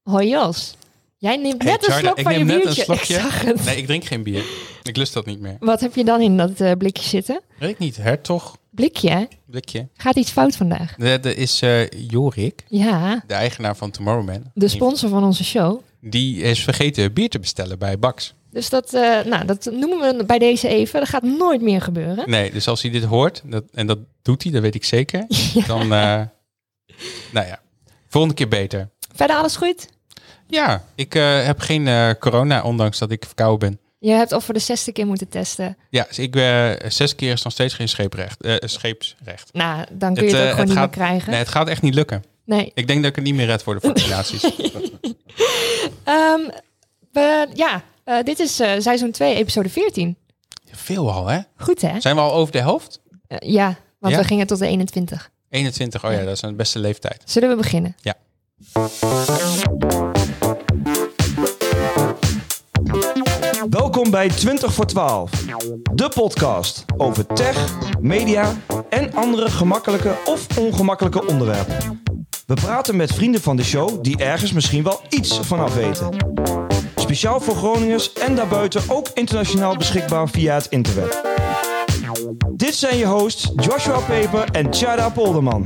Hoi Jos. Jij neemt net een slok van je biertje. Nee, ik drink geen bier. Ik lust dat niet meer. Wat heb je dan in dat blikje zitten? Weet ik niet. Hertog. Blikje, hè? Blikje. Gaat iets fout vandaag? Dat is Jorik. Ja. De eigenaar van Tomorrowman. De sponsor van onze show. Die is vergeten bier te bestellen bij Bax. Dus dat noemen we bij deze even. Dat gaat nooit meer gebeuren. Nee, dus als hij dit hoort, en dat doet hij, dat weet ik zeker. Ja. Dan, volgende keer beter. Verder alles goed? Ja, ik heb geen corona, ondanks dat ik verkouden ben. Je hebt al voor de 6e keer moeten testen. Ja, dus 6 keer is nog steeds geen scheepsrecht. Nou, dan kun je het ook gewoon niet meer krijgen. Nee, het gaat echt niet lukken. Nee. Ik denk dat ik het niet meer red voor de vaccinaties. Dit is seizoen 2, episode 14. Veel al, hè? Goed, hè? Zijn we al over de helft? Ja, want we gingen tot de 21. 21, dat is een beste leeftijd. Zullen we beginnen? Ja. Welkom bij 20 voor 12. De podcast over tech, media en andere gemakkelijke of ongemakkelijke onderwerpen. We praten met vrienden van de show die ergens misschien wel iets vanaf weten. Speciaal voor Groningers en daarbuiten ook internationaal beschikbaar via het interweb. Dit zijn je hosts Joshua Peper en Tjada Polderman.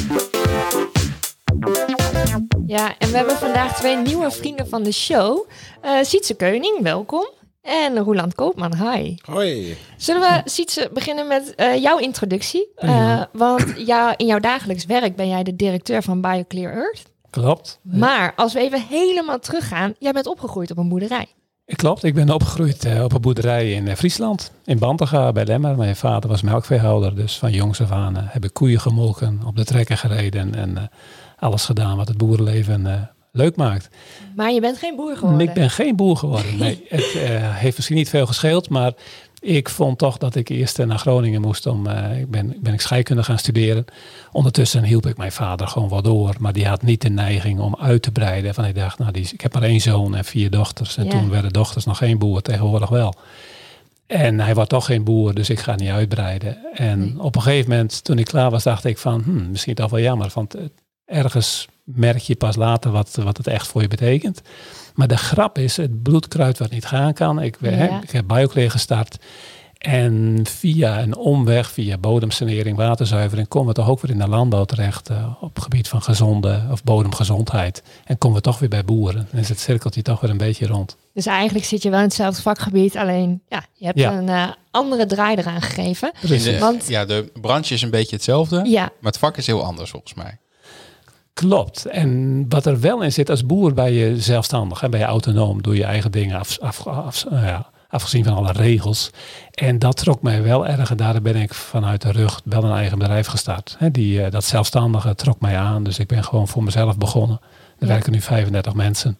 Ja, en we hebben vandaag 2 nieuwe vrienden van de show. Sietse Keuning, welkom. En Roeland Koopman, hi. Hoi. Zullen we, Sietse, beginnen met jouw introductie? Want in jouw dagelijks werk ben jij de directeur van BioClear Earth. Klopt. Maar als we even helemaal teruggaan, jij bent opgegroeid op een boerderij. Klopt, ik ben opgegroeid op een boerderij in Friesland, in Bantega bij Lemmer. Mijn vader was melkveehouder, dus van jongs af aan heb ik koeien gemolken, op de trekker gereden en alles gedaan wat het boerenleven leuk maakt. Maar je bent geen boer geworden? Ik ben geen boer geworden, nee. Het heeft misschien niet veel gescheeld, maar ik vond toch dat ik eerst naar Groningen moest. Ben ik scheikunde gaan studeren. Ondertussen hielp ik mijn vader gewoon wel door. Maar die had niet de neiging om uit te breiden. Van ik dacht, ik heb maar 1 zoon en 4 dochters. En toen werden dochters nog geen boer, tegenwoordig wel. En hij was toch geen boer, dus ik ga niet uitbreiden. En op een gegeven moment, toen ik klaar was, dacht ik van, misschien toch wel jammer. Want ergens merk je pas later wat het echt voor je betekent. Maar de grap is, het bloedkruid wat niet gaan kan. Ik heb BioClear gestart. En via een omweg, via bodemsanering, waterzuivering, komen we toch ook weer in de landbouw terecht op het gebied van gezonde of bodemgezondheid. En komen we toch weer bij boeren. En is het cirkeltje toch weer een beetje rond. Dus eigenlijk zit je wel in hetzelfde vakgebied, alleen je hebt een andere draai eraan gegeven. De branche is een beetje hetzelfde, maar het vak is heel anders volgens mij. Klopt. En wat er wel in zit, als boer ben je zelfstandig. Ben je autonoom, doe je eigen dingen afgezien van alle regels. En dat trok mij wel erg. En daar ben ik vanuit de rug wel een eigen bedrijf gestart. Dat zelfstandige trok mij aan. Dus ik ben gewoon voor mezelf begonnen. Er werken nu 35 mensen.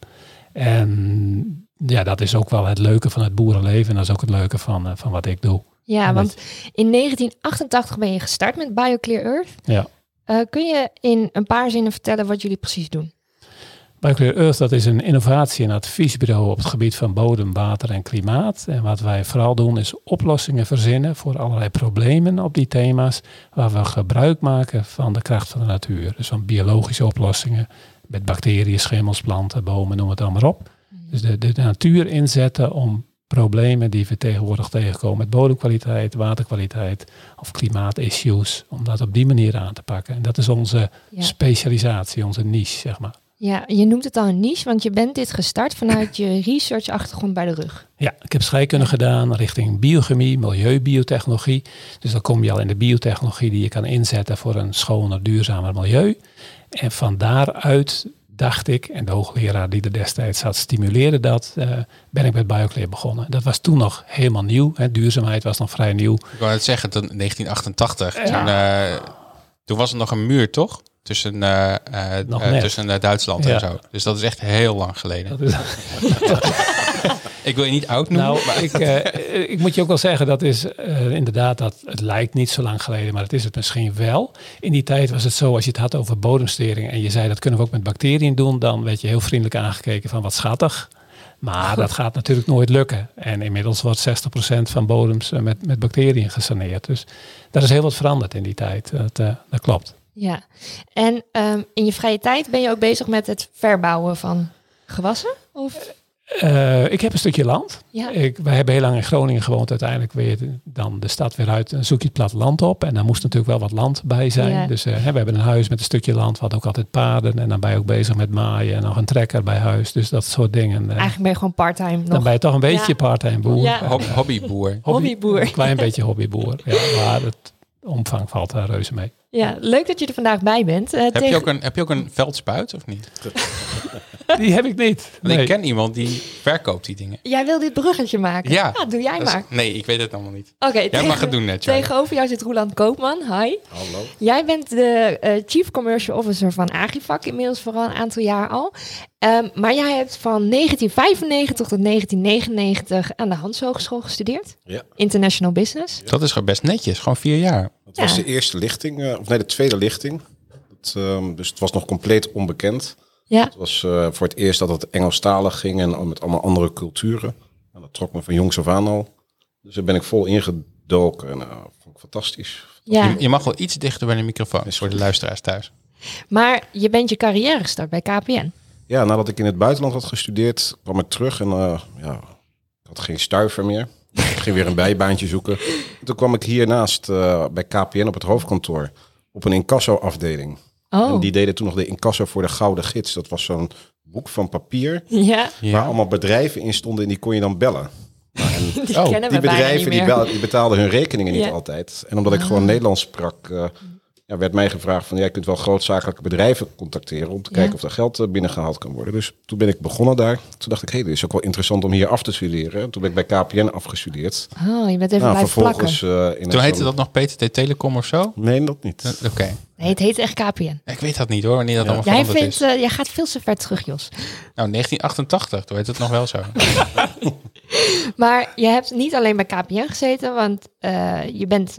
En dat is ook wel het leuke van het boerenleven. En dat is ook het leuke van wat ik doe. Ja, want in 1988 ben je gestart met BioClear Earth. Ja. Kun je in een paar zinnen vertellen wat jullie precies doen? BioClear Earth, dat is een innovatie- en adviesbureau op het gebied van bodem, water en klimaat. En wat wij vooral doen is oplossingen verzinnen voor allerlei problemen op die thema's, waar we gebruik maken van de kracht van de natuur. Dus van biologische oplossingen met bacteriën, schimmels, planten, bomen, noem het allemaal op. Dus de natuur inzetten om problemen die we tegenwoordig tegenkomen met bodemkwaliteit, waterkwaliteit of klimaatissues, om dat op die manier aan te pakken. En dat is onze specialisatie, onze niche, zeg maar. Ja, je noemt het al een niche, want je bent dit gestart vanuit je research-achtergrond bij de rug. Ja, ik heb scheikunde gedaan richting biochemie, milieubiotechnologie. Dus dan kom je al in de biotechnologie die je kan inzetten voor een schoner, duurzamer milieu. En van daaruit dacht ik, en de hoogleraar die er destijds zat stimuleerde dat, ben ik met BioClear begonnen. Dat was toen nog helemaal nieuw. Duurzaamheid was nog vrij nieuw. Ik wou het zeggen, toen 1988. Toen was er nog een muur, toch? Tussen Duitsland en zo. Dus dat is echt heel lang geleden. Ik wil je niet oud noemen. Nou, maar ik moet je ook wel zeggen, dat is inderdaad, dat het lijkt niet zo lang geleden, maar het is het misschien wel. In die tijd was het zo, als je het had over bodemstering en je zei dat kunnen we ook met bacteriën doen, dan werd je heel vriendelijk aangekeken van wat schattig. Maar dat gaat natuurlijk nooit lukken. En inmiddels wordt 60% van bodems met bacteriën gesaneerd. Dus daar is heel wat veranderd in die tijd. Dat klopt. Ja, en in je vrije tijd ben je ook bezig met het verbouwen van gewassen? Of? Ik heb een stukje land. Ja. Wij hebben heel lang in Groningen gewoond. Uiteindelijk weer dan de stad weer uit. Dan zoek je het platteland op. En daar moest natuurlijk wel wat land bij zijn. Ja. Dus we hebben een huis met een stukje land. We hadden ook altijd paarden. En dan ben je ook bezig met maaien. En nog een trekker bij huis. Dus dat soort dingen. Eigenlijk ben je gewoon part-time nog. Dan ben je toch een beetje part-time boer. Ja. Hobbyboer. Hobbyboer. Een klein beetje hobbyboer. Ja, maar het omvang valt daar reuze mee. Ja, leuk dat je er vandaag bij bent. Heb je ook een veldspuit of niet? Die heb ik niet. Want Nee. ik ken iemand die verkoopt die dingen. Jij wil dit bruggetje maken? Ja. Nou, doe jij Dat is- maar. nee, ik weet het allemaal niet. Oké, Jij mag het doen net, Charlie. Tegenover jou zit Roeland Koopman. Hi. Hallo. Jij bent de Chief Commercial Officer van Agrifac, inmiddels voor al een aantal jaar al. Maar jij hebt van 1995 tot 1999 aan de Hans Hogeschool gestudeerd. Ja. International Business. Dat is gewoon best netjes. Gewoon 4 jaar. Dat was Ja. de eerste lichting, de tweede lichting. Dus het was nog compleet onbekend. Ja. Het was voor het eerst dat het Engelstalig ging en met allemaal andere culturen. En dat trok me van jongs af aan al. Dus daar ben ik vol ingedoken en vond ik fantastisch. Ja. Je mag wel iets dichter bij de microfoon voor de luisteraars thuis. Maar je bent je carrière gestart bij KPN. Ja, nadat ik in het buitenland had gestudeerd, kwam ik terug en ik had geen stuiver meer. Ik ging weer een bijbaantje zoeken. En toen kwam ik hiernaast bij KPN op het hoofdkantoor op een incasso-afdeling. Oh, En die deden toen nog de incasso voor de Gouden Gids. Dat was zo'n boek van papier ja. waar allemaal bedrijven in stonden en die kon je dan bellen. Nou, en Die Oh, kennen die we bijna bedrijven niet meer. die betaalden hun rekeningen niet Ja. altijd. En omdat ik gewoon Nederlands sprak, werd mij gevraagd van, jij kunt wel grootzakelijke bedrijven contacteren om te Ja. kijken of er geld binnengehaald kan worden. Dus toen ben ik begonnen daar. Toen dacht ik, dit is ook wel interessant om hier af te studeren. En toen ben ik bij KPN afgestudeerd. Oh, je bent even blijven plakken. Vervolgens Toen heette dat nog PTT Telecom of zo? Nee, dat niet. Oké. Nee, het heet echt KPN. Ik weet dat niet hoor, wanneer dat allemaal Jij, veranderd is. jij gaat veel te ver terug, Jos. Nou, 1988, toen heet het nog wel zo. Maar je hebt niet alleen bij KPN gezeten, want je bent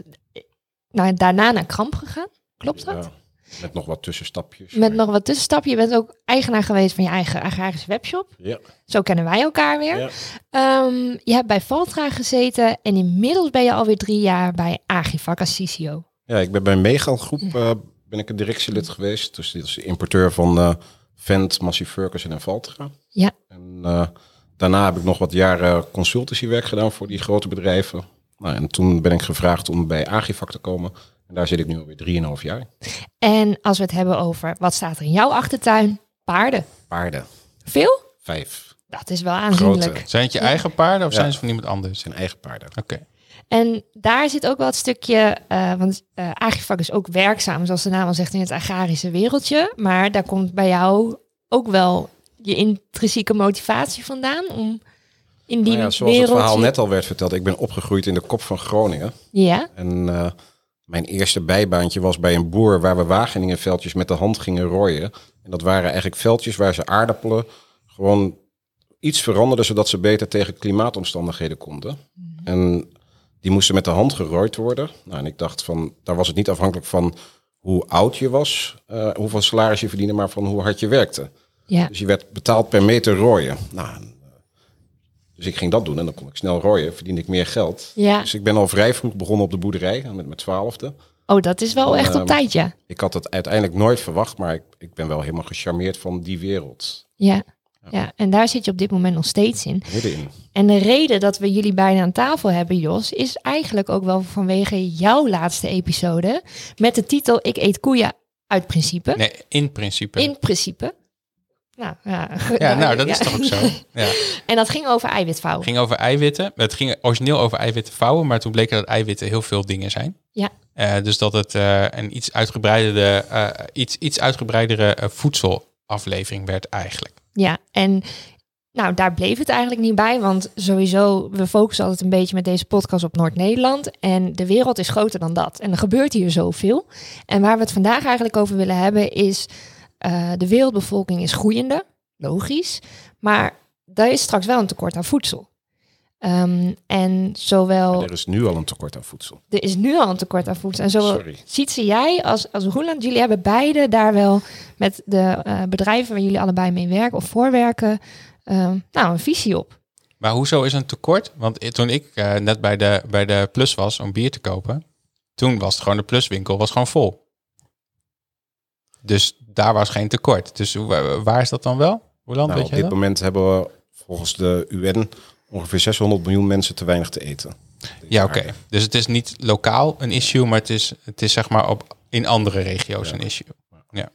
daarna naar Kramp gegaan. Klopt dat? Ja, met nog wat tussenstapjes. Met nog wat tussenstapje. Je bent ook eigenaar geweest van je eigen agrarische webshop. Ja. Zo kennen wij elkaar weer. Ja. Je hebt bij Valtra gezeten en inmiddels ben je alweer 3 jaar bij Agrifac als CCO. Ja, ik ben bij Megal Groep ben ik een directielid geweest. Dus dit is de importeur van Vent, Massey Ferguson en Valtra. Ja. En daarna heb ik nog wat jaren consultancywerk gedaan voor die grote bedrijven. Nou, en toen ben ik gevraagd om bij Agrifac te komen. En daar zit ik nu alweer 3,5 jaar. En als we het hebben over wat staat er in jouw achtertuin? Paarden. Paarden. Veel? 5. Dat is wel aanzienlijk. Grote. Zijn het je eigen paarden of Ja. zijn ze van iemand anders? Zijn eigen paarden. Oké. En daar zit ook wel het stukje, want Agrifac is ook werkzaam, zoals de naam al zegt, in het agrarische wereldje. Maar daar komt bij jou ook wel je intrinsieke motivatie vandaan om in die Nou ja, zoals wereldje... het verhaal net al werd verteld. Ik ben opgegroeid in de kop van Groningen. Ja, En mijn eerste bijbaantje was bij een boer waar we Wageningenveldjes met de hand gingen rooien. En dat waren eigenlijk veldjes waar ze aardappelen gewoon iets veranderden zodat ze beter tegen klimaatomstandigheden konden. En die moesten met de hand gerooid worden. Nou, en ik dacht van, daar was het niet afhankelijk van hoe oud je was, hoeveel salaris je verdiende, maar van hoe hard je werkte. ja. Dus je werd betaald per meter rooien. Nou, dus ik ging dat doen en dan kon ik snel rooien, verdiende ik meer geld. Ja. Dus ik ben al vrij vroeg begonnen op de boerderij, met mijn 12e. Oh, dat is wel Dan, echt op tijd, ja. Ik had het uiteindelijk nooit verwacht, maar ik ben wel helemaal gecharmeerd van die wereld. Ja. Ja, en daar zit je op dit moment nog steeds in. Middenin. En de reden dat we jullie bijna aan tafel hebben, Jos, is eigenlijk ook wel vanwege jouw laatste episode met de titel Ik eet koeien uit principe. Nee, in principe. In principe. Nou, ja, Ja, nou, dat ja. is toch ook zo. Ja. En dat ging over eiwitvouwen. Het ging over eiwitten. Het ging origineel over eiwitten vouwen, maar toen bleek dat eiwitten heel veel dingen zijn. Ja. Dus dat het een iets uitgebreidere voedselaflevering werd eigenlijk. Ja, en nou, daar bleef het eigenlijk niet bij, want sowieso, we focussen altijd een beetje met deze podcast op Noord-Nederland en de wereld is groter dan dat. En er gebeurt hier zoveel. En waar we het vandaag eigenlijk over willen hebben is, de wereldbevolking is groeiende, logisch, maar er is straks wel een tekort aan voedsel. En zowel... Er is nu al een tekort aan voedsel. Er is nu al een tekort aan voedsel. En zowel Sorry. Sietse, jij als Roeland, jullie hebben beide daar wel met de bedrijven waar jullie allebei mee werken of voorwerken, een visie op. Maar hoezo is een tekort? Want toen ik net bij de Plus was om bier te kopen, toen was het gewoon de Pluswinkel was gewoon vol. Dus daar was geen tekort. Dus waar is dat dan wel? Roland, weet Op je dit dat? moment hebben we volgens de UN ongeveer 600 miljoen mensen te weinig te eten. Ja, oké. Dus het is niet lokaal een issue, maar het is zeg maar in andere regio's een issue. Ja.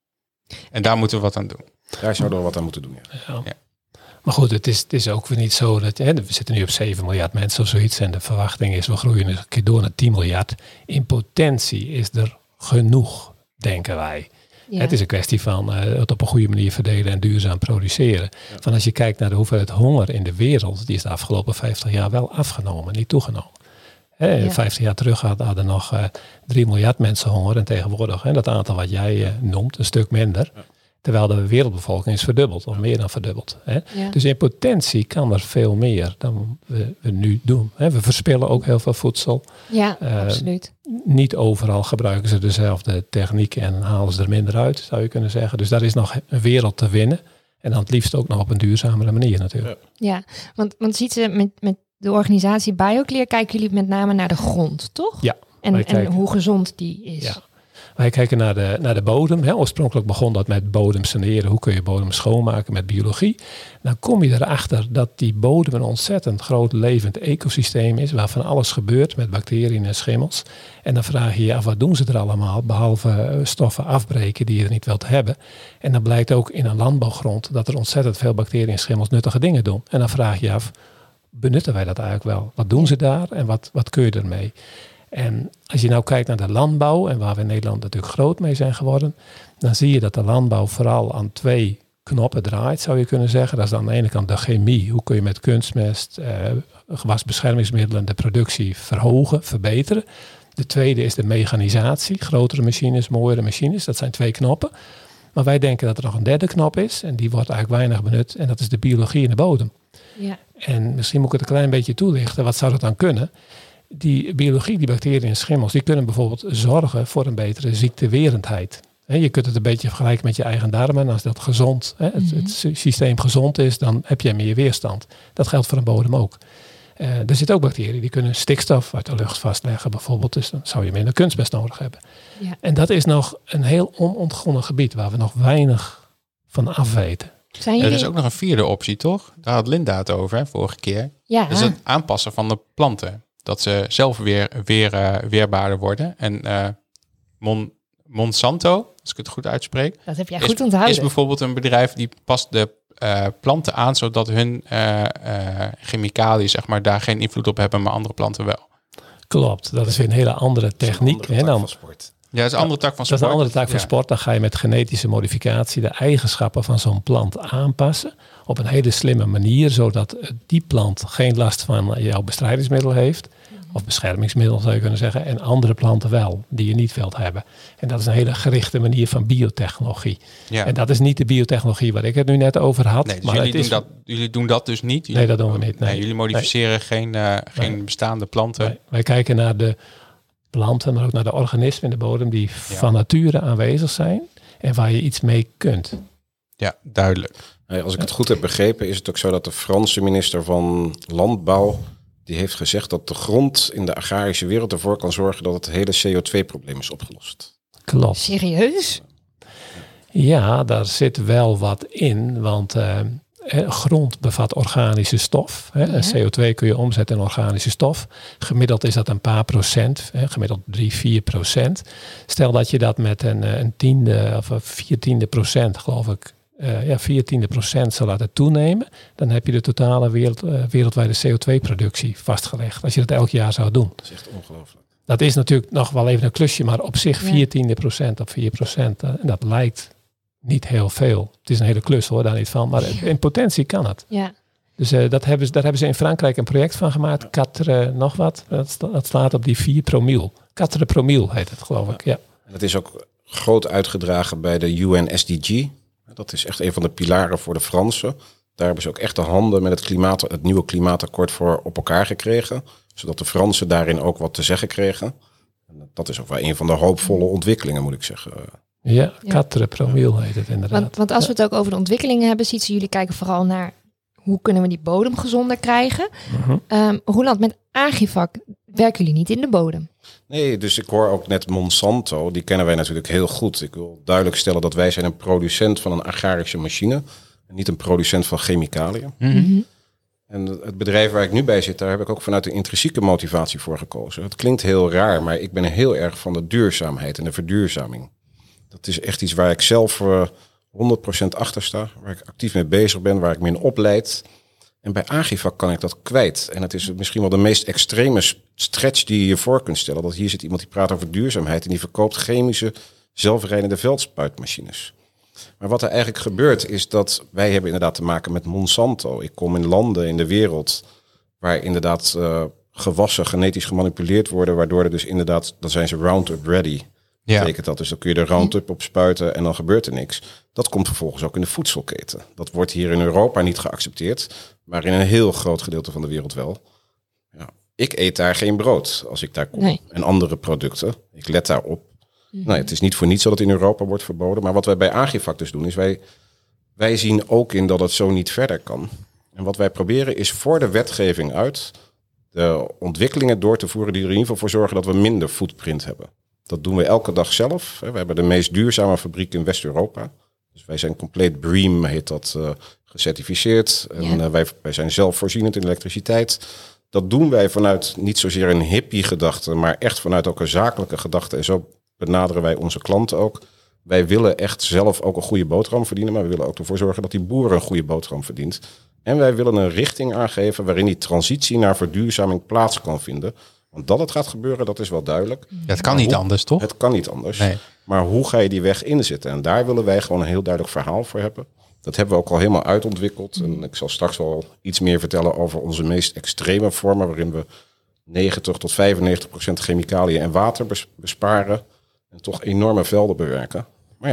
En daar moeten we wat aan doen. Daar zouden we wat aan moeten doen. Ja. Ja. Maar goed, het is ook weer niet zo dat... we zitten nu op 7 miljard mensen of zoiets. En de verwachting is, we groeien een keer door naar 10 miljard. In potentie is er genoeg, denken wij. Ja. Het is een kwestie van het op een goede manier verdelen en duurzaam produceren. Ja. Van als je kijkt naar de hoeveelheid honger in de wereld, die is de afgelopen 50 jaar wel afgenomen, niet toegenomen. 50 jaar terug hadden nog 3 miljard mensen honger en tegenwoordig, dat aantal wat jij noemt, een stuk minder. Ja. Terwijl de wereldbevolking is verdubbeld, of meer dan verdubbeld. Ja. Dus in potentie kan er veel meer dan we nu doen. We verspillen ook heel veel voedsel. Ja, absoluut. Niet overal gebruiken ze dezelfde techniek en halen ze er minder uit, zou je kunnen zeggen. Dus daar is nog een wereld te winnen. En dan het liefst ook nog op een duurzamere manier natuurlijk. Ja, want ziet ze met de organisatie BioClear kijken jullie met name naar de grond, toch? Ja. En hoe gezond die is. Ja. Wij kijken naar de bodem. Oorspronkelijk begon dat met bodem saneren. Hoe kun je bodem schoonmaken met biologie? Dan kom je erachter dat die bodem een ontzettend groot levend ecosysteem is. Waarvan alles gebeurt met bacteriën en schimmels. En dan vraag je je af, wat doen ze er allemaal? Behalve stoffen afbreken die je er niet wilt hebben. En dan blijkt ook in een landbouwgrond dat er ontzettend veel bacteriën en schimmels nuttige dingen doen. En dan vraag je je af, benutten wij dat eigenlijk wel? Wat doen ze daar en wat kun je ermee? En als je nou kijkt naar de landbouw, en waar we in Nederland natuurlijk groot mee zijn geworden, dan zie je dat de landbouw vooral aan 2 knoppen draait, zou je kunnen zeggen. Dat is aan de ene kant de chemie. Hoe kun je met kunstmest, gewasbeschermingsmiddelen de productie verhogen, verbeteren. De tweede is de mechanisatie. Grotere machines, mooiere machines. Dat zijn 2 knoppen. Maar wij denken dat er nog een derde knop is, en die wordt eigenlijk weinig benut, en dat is de biologie in de bodem. Ja. En misschien moet ik het een klein beetje toelichten. Wat zou dat dan kunnen? Die biologie, die bacteriën en schimmels, die kunnen bijvoorbeeld zorgen voor een betere ziektewerendheid. Je kunt het een beetje vergelijken met je eigen darmen. En als dat gezond, het systeem gezond is, dan heb je meer weerstand. Dat geldt voor een bodem ook. Er zitten ook bacteriën die kunnen stikstof uit de lucht vastleggen bijvoorbeeld. Dus dan zou je minder kunstmest nodig hebben. Ja. En dat is nog een heel onontgonnen gebied waar we nog weinig van afweten. Er is ook nog een 4e optie, toch? Daar had Linda het over, vorige keer. Ja. Dat is het aanpassen van de planten. Dat ze zelf weer weerbaarder worden. En Monsanto, als ik het goed uitspreek. Dat heb jij goed onthouden. Is bijvoorbeeld een bedrijf die past de planten aan, zodat hun chemicaliën zeg maar daar geen invloed op hebben, maar andere planten wel. Klopt, dat is weer een hele andere techniek. Een andere tak van sport. Ja, dat is een andere tak van sport. Dat is een andere tak van sport. Dan ga je met genetische modificatie de eigenschappen van zo'n plant aanpassen. Op een hele slimme manier, zodat die plant geen last van jouw bestrijdingsmiddel heeft. Of beschermingsmiddel zou je kunnen zeggen. En andere planten wel, die je niet wilt hebben. En dat is een hele gerichte manier van biotechnologie. Ja. En dat is niet de biotechnologie waar ik het nu net over had. Nee, dus maar jullie doen dat dus niet? Nee, dat doen we niet. Nee, jullie modificeren geen bestaande planten? Nee. Wij kijken naar de planten, maar ook naar de organismen in de bodem die van nature aanwezig zijn. En waar je iets mee kunt. Ja, duidelijk. Als ik het goed heb begrepen, is het ook zo dat de Franse minister van Landbouw, die heeft gezegd dat de grond in de agrarische wereld ervoor kan zorgen dat het hele CO2-probleem is opgelost. Klopt. Serieus? Ja, daar zit wel wat in, want grond bevat organische stof. Ja. CO2 kun je omzetten in organische stof. Gemiddeld is dat een paar procent, gemiddeld 3-4%. Stel dat je dat met een tiende of een 14% geloof ik, 14% zou laten toenemen, dan heb je de totale wereldwijde CO2-productie vastgelegd. Als je dat elk jaar zou doen. Dat is echt ongelooflijk. Dat is natuurlijk nog wel even een klusje, maar op zich 14% op 4%. En dat lijkt niet heel veel. Het is een hele klus hoor, daar niet van. Maar in potentie kan het. Ja. Dus daar hebben ze in Frankrijk een project van gemaakt. Quatre nog wat. Dat staat op die 4 promille. 4 promille heet het geloof ik. Ja. En dat is ook groot uitgedragen bij de UN SDG. Dat is echt een van de pilaren voor de Fransen. Daar hebben ze ook echt de handen met het nieuwe klimaatakkoord voor op elkaar gekregen. Zodat de Fransen daarin ook wat te zeggen kregen. En dat is ook wel een van de hoopvolle ontwikkelingen, moet ik zeggen. Ja, 4 promille heet het inderdaad. Want als we het ook over de ontwikkelingen hebben, ziet ze, jullie kijken vooral naar hoe kunnen we die bodem gezonder krijgen. Roland, met Agrivac werken jullie niet in de bodem? Nee, dus ik hoor ook net Monsanto, die kennen wij natuurlijk heel goed. Ik wil duidelijk stellen dat wij zijn een producent van een agrarische machine. En niet een producent van chemicaliën. Mm-hmm. En het bedrijf waar ik nu bij zit, daar heb ik ook vanuit de intrinsieke motivatie voor gekozen. Het klinkt heel raar, maar ik ben heel erg van de duurzaamheid en de verduurzaming. Dat is echt iets waar ik zelf 100% achter sta, waar ik actief mee bezig ben, waar ik me in opleid. En bij Agrivac kan ik dat kwijt. En het is misschien wel de meest extreme stretch die je je voor kunt stellen. Dat hier zit iemand die praat over duurzaamheid en die verkoopt chemische, zelfrijdende veldspuitmachines. Maar wat er eigenlijk gebeurt is dat wij hebben inderdaad te maken met Monsanto. Ik kom in landen in de wereld waar inderdaad gewassen genetisch gemanipuleerd worden, waardoor er dus inderdaad, dan zijn ze Roundup ready. Ja. Betekent dat dus, dan kun je de Roundup op spuiten en dan gebeurt er niks. Dat komt vervolgens ook in de voedselketen. Dat wordt hier in Europa niet geaccepteerd, maar in een heel groot gedeelte van de wereld wel. Ja, ik eet daar geen brood als ik daar kom. Nee. En andere producten. Ik let daarop. Nou, het is niet voor niets dat het in Europa wordt verboden. Maar wat wij bij Agrivac dus doen, is wij zien ook in dat het zo niet verder kan. En wat wij proberen is voor de wetgeving uit de ontwikkelingen door te voeren die er in ieder geval voor zorgen dat we minder footprint hebben. Dat doen we elke dag zelf. We hebben de meest duurzame fabriek in West-Europa. Dus wij zijn compleet BREEAM, heet dat, gecertificeerd. En wij zijn zelfvoorzienend in elektriciteit. Dat doen wij vanuit niet zozeer een hippie-gedachte, maar echt vanuit ook een zakelijke gedachte. En zo benaderen wij onze klanten ook. Wij willen echt zelf ook een goede boterham verdienen, maar we willen ook ervoor zorgen dat die boer een goede boterham verdient. En wij willen een richting aangeven waarin die transitie naar verduurzaming plaats kan vinden. Want dat het gaat gebeuren, dat is wel duidelijk. Ja, het kan niet anders, toch? Het kan niet anders. Nee. Maar hoe ga je die weg inzetten? En daar willen wij gewoon een heel duidelijk verhaal voor hebben. Dat hebben we ook al helemaal uitontwikkeld. En ik zal straks wel iets meer vertellen over onze meest extreme vormen, waarin we 90 tot 95% chemicaliën en water besparen. En toch enorme velden bewerken. Maar ja,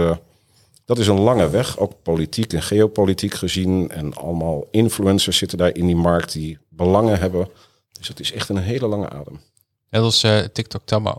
dat is een lange weg. Ook politiek en geopolitiek gezien. En allemaal influencers zitten daar in die markt die belangen hebben. Dus het is echt een hele lange adem. Net als TikTok Tammo.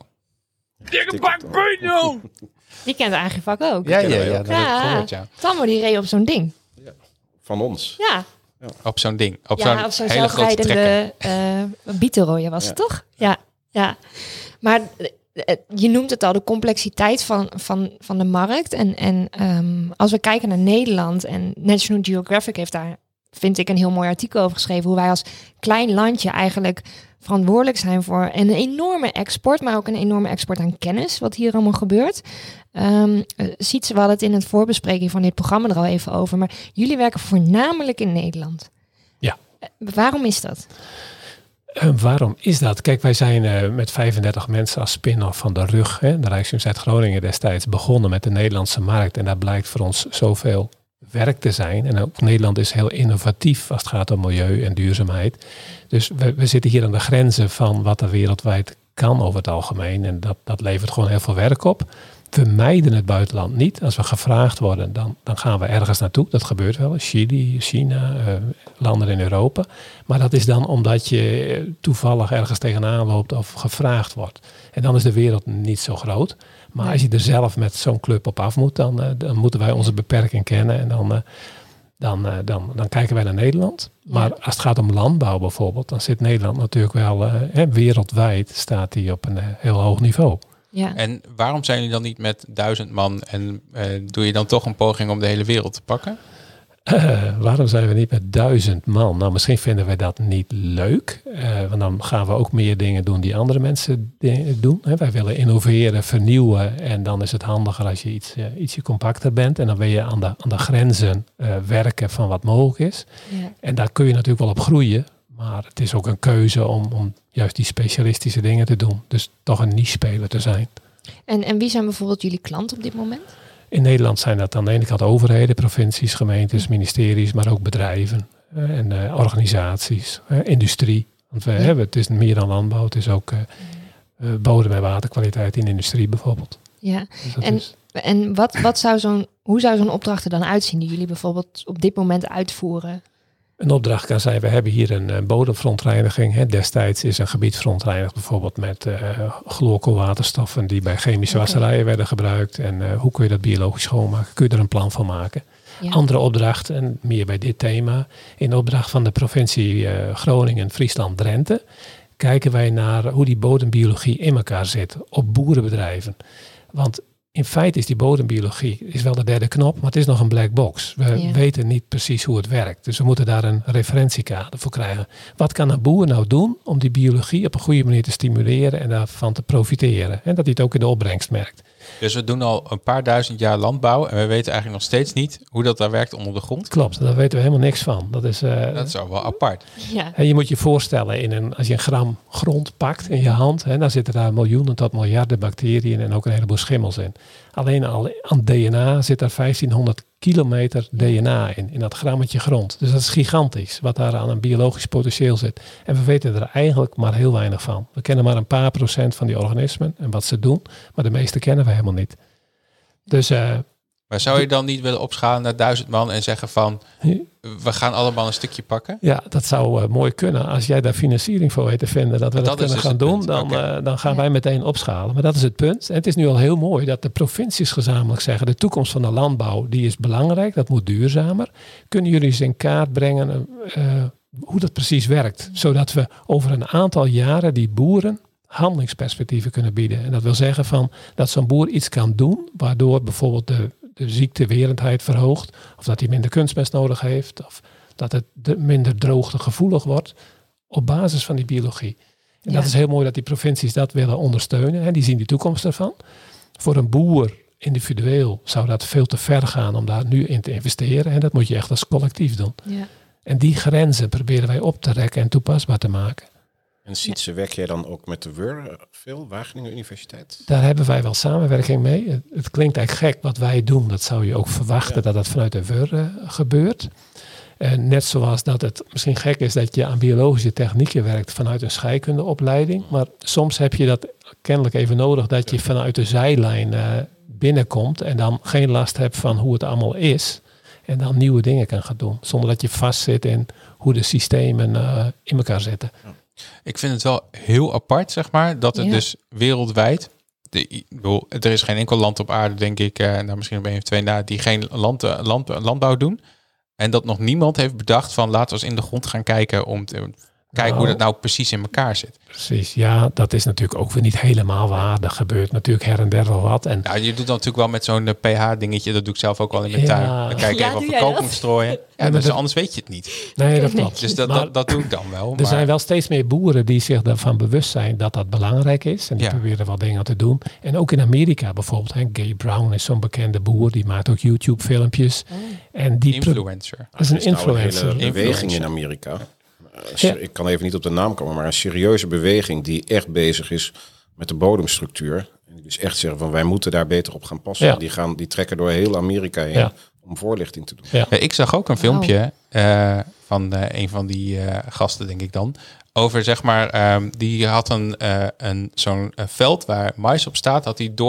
Die kent Agrivac ook. Ja, dat heb ik gehoord, ja. Tammo die reed op zo'n ding. Ja, van ons. Ja. Op zo'n ding. Op Op zo'n zelfrijdende bietenrooier was het toch? Ja. Maar je noemt het al, de complexiteit van de markt. En als we kijken naar Nederland en National Geographic heeft daar, vind ik, een heel mooi artikel over geschreven, hoe wij als klein landje eigenlijk verantwoordelijk zijn voor een enorme export, maar ook een enorme export aan kennis, wat hier allemaal gebeurt. Sietse, we hadden het in het voorbespreking van dit programma er al even over, maar jullie werken voornamelijk in Nederland. Ja. Waarom is dat? Waarom is dat? Kijk, wij zijn met 35 mensen als spin-off van de RUG, de Rijksuniversiteit Groningen destijds, begonnen met de Nederlandse markt. En daar blijkt voor ons zoveel werk te zijn. En ook Nederland is heel innovatief als het gaat om milieu en duurzaamheid. Dus we zitten hier aan de grenzen van wat er wereldwijd kan over het algemeen. En dat levert gewoon heel veel werk op. We mijden het buitenland niet. Als we gevraagd worden, dan gaan we ergens naartoe. Dat gebeurt wel. Chili, China, landen in Europa. Maar dat is dan omdat je toevallig ergens tegenaan loopt of gevraagd wordt. En dan is de wereld niet zo groot. Maar als je er zelf met zo'n club op af moet, dan moeten wij onze beperking kennen. En dan kijken wij naar Nederland. Maar als het gaat om landbouw bijvoorbeeld, dan zit Nederland natuurlijk wel wereldwijd staat die op een heel hoog niveau. Ja. En waarom zijn jullie dan niet met 1000 man en doe je dan toch een poging om de hele wereld te pakken? Waarom zijn we niet met 1000 man? Nou, misschien vinden wij dat niet leuk. Want dan gaan we ook meer dingen doen die andere mensen doen. Wij willen innoveren, vernieuwen. En dan is het handiger als je ietsje compacter bent. En dan wil je aan de grenzen werken van wat mogelijk is. Ja. En daar kun je natuurlijk wel op groeien. Maar het is ook een keuze om juist die specialistische dingen te doen. Dus toch een niche-speler te zijn. En wie zijn bijvoorbeeld jullie klanten op dit moment? In Nederland zijn dat aan de ene kant overheden, provincies, gemeentes, ministeries, maar ook bedrijven en organisaties, industrie. Want we hebben, het is meer dan landbouw, het is ook bodem- en waterkwaliteit in de industrie bijvoorbeeld. Ja, dus en hoe zou zo'n opdracht er dan uitzien die jullie bijvoorbeeld op dit moment uitvoeren? Een opdracht kan zijn, we hebben hier een bodemverontreiniging. Destijds is een gebied verontreinigd bijvoorbeeld met chloorkoolwaterstoffen die bij chemische wasserijen werden gebruikt. En hoe kun je dat biologisch schoonmaken? Kun je er een plan van maken? Ja. Andere opdracht, en meer bij dit thema, in opdracht van de provincie Groningen, Friesland, Drenthe, kijken wij naar hoe die bodembiologie in elkaar zit op boerenbedrijven. Want in feite is die bodembiologie is wel de derde knop, maar het is nog een black box. We weten niet precies hoe het werkt. Dus we moeten daar een referentiekader voor krijgen. Wat kan een boer nou doen om die biologie op een goede manier te stimuleren en daarvan te profiteren? En dat hij het ook in de opbrengst merkt. Dus we doen al een paar duizend jaar landbouw en we weten eigenlijk nog steeds niet hoe dat daar werkt onder de grond. Klopt, daar weten we helemaal niks van. Dat is ook wel apart. Ja. En je moet je voorstellen, als je een gram grond pakt in je hand, dan zitten daar miljoenen tot miljarden bacteriën en ook een heleboel schimmels in. Alleen al aan DNA zit er 1500 kilometer DNA in dat grammetje grond. Dus dat is gigantisch, wat daar aan een biologisch potentieel zit. En we weten er eigenlijk maar heel weinig van. We kennen maar een paar procent van die organismen en wat ze doen, maar de meeste kennen we helemaal niet. Dus, maar zou je dan niet willen opschalen naar 1000 man en zeggen van, we gaan allemaal een stukje pakken? Ja, dat zou mooi kunnen. Als jij daar financiering voor weet te vinden, dat we dat kunnen gaan doen, dan gaan wij meteen opschalen. Maar dat is het punt. En het is nu al heel mooi dat de provincies gezamenlijk zeggen, de toekomst van de landbouw, die is belangrijk, dat moet duurzamer. Kunnen jullie eens in kaart brengen hoe dat precies werkt? Zodat we over een aantal jaren die boeren handelingsperspectieven kunnen bieden. En dat wil zeggen dat zo'n boer iets kan doen, waardoor bijvoorbeeld de ziektewerendheid verhoogt, of dat hij minder kunstmest nodig heeft, of dat het minder droogtegevoelig wordt, op basis van die biologie. En dat is heel mooi dat die provincies dat willen ondersteunen. En die zien die toekomst ervan. Voor een boer individueel zou dat veel te ver gaan om daar nu in te investeren. En dat moet je echt als collectief doen. Ja. En die grenzen proberen wij op te rekken en toepasbaar te maken. En Sietse, werk jij dan ook met de WUR veel, Wageningen Universiteit? Daar hebben wij wel samenwerking mee. Het klinkt eigenlijk gek wat wij doen. Dat zou je ook verwachten dat vanuit de WUR gebeurt. Net zoals dat het misschien gek is dat je aan biologische technieken werkt vanuit een scheikundeopleiding. Maar soms heb je dat kennelijk even nodig dat je vanuit de zijlijn binnenkomt en dan geen last hebt van hoe het allemaal is. En dan nieuwe dingen kan gaan doen. Zonder dat je vastzit in hoe de systemen in elkaar zitten. Ja. Ik vind het wel heel apart, zeg maar, dat het dus wereldwijd, er is geen enkel land op aarde, denk ik, misschien op 1 of 2 na, die geen landbouw doen. En dat nog niemand heeft bedacht van laten we eens in de grond gaan kijken om te kijken hoe dat nou precies in elkaar zit. Precies, ja, dat is natuurlijk ook weer niet helemaal waar. Er gebeurt natuurlijk her en der wel wat. En ja, je doet dat natuurlijk wel met zo'n pH-dingetje. Dat doe ik zelf ook wel in mijn tuin. Dan kijk ik even of ik kook moet strooien. Ja, dus anders weet je het niet. Nee, dat klopt. Dus dat doe ik dan wel. Er zijn wel steeds meer boeren die zich daarvan bewust zijn dat dat belangrijk is. En die proberen wel dingen te doen. En ook in Amerika bijvoorbeeld. Gay Brown is zo'n bekende boer. Die maakt ook YouTube-filmpjes. En die influencer. Dat is een influencer. Een hele beweging in Amerika. Ik kan even niet op de naam komen, maar een serieuze beweging die echt bezig is met de bodemstructuur. En die dus echt zeggen van wij moeten daar beter op gaan passen. Ja. Die trekken door heel Amerika heen om voorlichting te doen. Ja. Ik zag ook een filmpje van een van die gasten, denk ik dan. Over zeg maar, die had zo'n veld waar mais op staat, had hij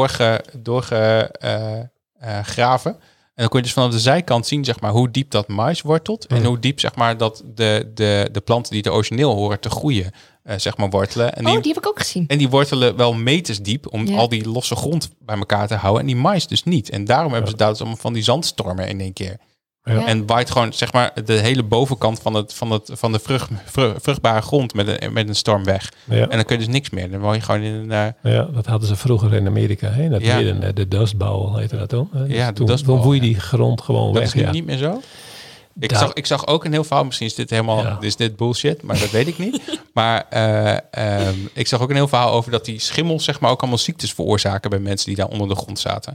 doorgegraven. En dan kon je dus vanaf de zijkant zien, zeg maar, hoe diep dat mais wortelt. En hoe diep, zeg maar, dat de planten die er origineel horen te groeien, zeg maar, wortelen. En die heb ik ook gezien. En die wortelen wel meters diep om al die losse grond bij elkaar te houden. En die mais dus niet. En daarom hebben ze daar dus allemaal van die zandstormen in één keer. Ja. En waait gewoon, zeg maar, de hele bovenkant van de vruchtbare grond met een storm weg. Ja. En dan kun je dus niks meer. Dan woon je gewoon in een... Ja, dat hadden ze vroeger in Amerika. Hè? Dat midden, de Dust Bowl heette dat toen. Ja, toen woei die grond gewoon weg. Dat is niet meer zo? Ik zag ook een heel verhaal. Misschien is dit helemaal is dit bullshit, maar dat weet ik niet. Maar ik zag ook een heel verhaal over dat die schimmels, zeg maar, ook allemaal ziektes veroorzaken bij mensen die daar onder de grond zaten.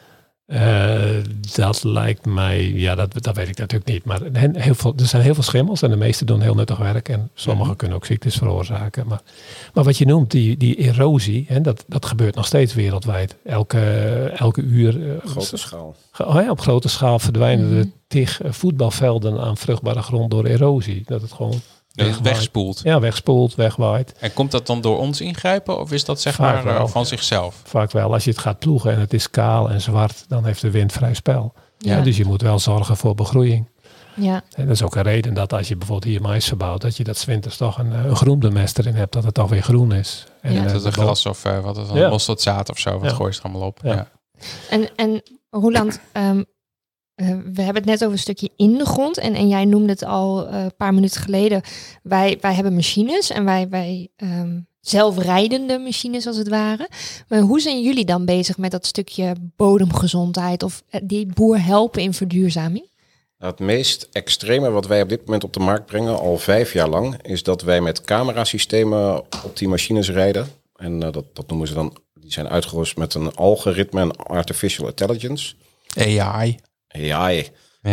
Dat lijkt mij, dat weet ik natuurlijk niet. Maar er zijn heel veel schimmels en de meeste doen heel nuttig werk. En sommige kunnen ook ziektes veroorzaken. Maar wat je noemt, die erosie, dat gebeurt nog steeds wereldwijd. Elke uur. Grote schaal. Op grote schaal verdwijnen er tig voetbalvelden aan vruchtbare grond door erosie. Dat het gewoon... Dat het wegspoelt. Ja, wegspoelt, wegwaait. En komt dat dan door ons ingrijpen of is dat zeg vaak maar wel, van zichzelf? Vaak wel. Als je het gaat ploegen en het is kaal en zwart, dan heeft de wind vrij spel. Ja. Dus je moet wel zorgen voor begroeiing. Ja. En dat is ook een reden dat als je bijvoorbeeld hier mais verbouwt, dat je dat 's winters toch een groenbemest erin hebt, dat het toch weer groen is. En, dat het gras of wat is dan mosterdzaad of zo, wat gooi je er allemaal op. Ja. En Roeland... we hebben het net over een stukje in de grond. En jij noemde het al een paar minuten geleden. Wij hebben machines en wij zelfrijdende machines als het ware. Maar hoe zijn jullie dan bezig met dat stukje bodemgezondheid of die boer helpen in verduurzaming? Het meest extreme wat wij op dit moment op de markt brengen, al 5 jaar lang, is dat wij met camerasystemen op die machines rijden. En dat noemen ze dan, die zijn uitgerust met een algoritme en artificial intelligence. AI. Ja.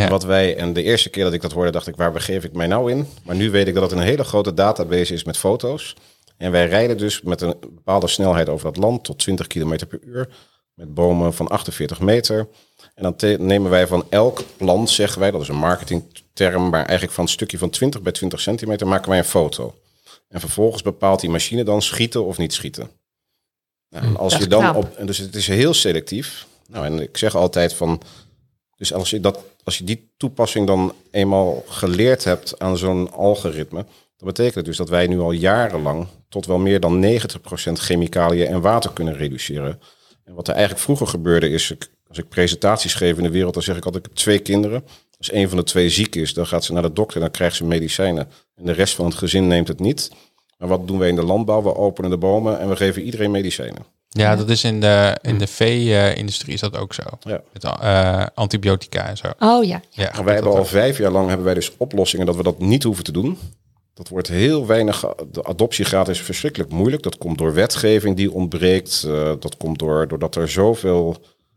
En de eerste keer dat ik dat hoorde, dacht ik, waar begeef ik mij nou in? Maar nu weet ik dat het een hele grote database is met foto's. En wij rijden dus met een bepaalde snelheid over dat land tot 20 km per uur. Met bomen van 48 meter. En dan nemen wij van elk plant, zeggen wij, dat is een marketingterm, maar eigenlijk van een stukje van 20 bij 20 centimeter maken wij een foto. En vervolgens bepaalt die machine dan schieten of niet schieten. Nou, en als je dan dus het is heel selectief. Nou, en ik zeg altijd van, dus als je die toepassing dan eenmaal geleerd hebt aan zo'n algoritme, dan betekent het dus dat wij nu al jarenlang tot wel meer dan 90% chemicaliën en water kunnen reduceren. En wat er eigenlijk vroeger gebeurde is, als ik presentaties geef in de wereld, dan zeg ik altijd, ik heb 2 kinderen. Als een van de 2 ziek is, dan gaat ze naar de dokter en dan krijgt ze medicijnen. En de rest van het gezin neemt het niet. Maar wat doen wij in de landbouw? We openen de bomen en we geven iedereen medicijnen. Ja, dat is in de vee-industrie is dat ook zo. Ja. Met antibiotica en zo. Oh ja. Maar wij hebben al 5 jaar lang dus oplossingen dat we dat niet hoeven te doen. Dat wordt heel weinig. De adoptiegraad is verschrikkelijk moeilijk. Dat komt door wetgeving die ontbreekt. Dat komt doordat er zoveel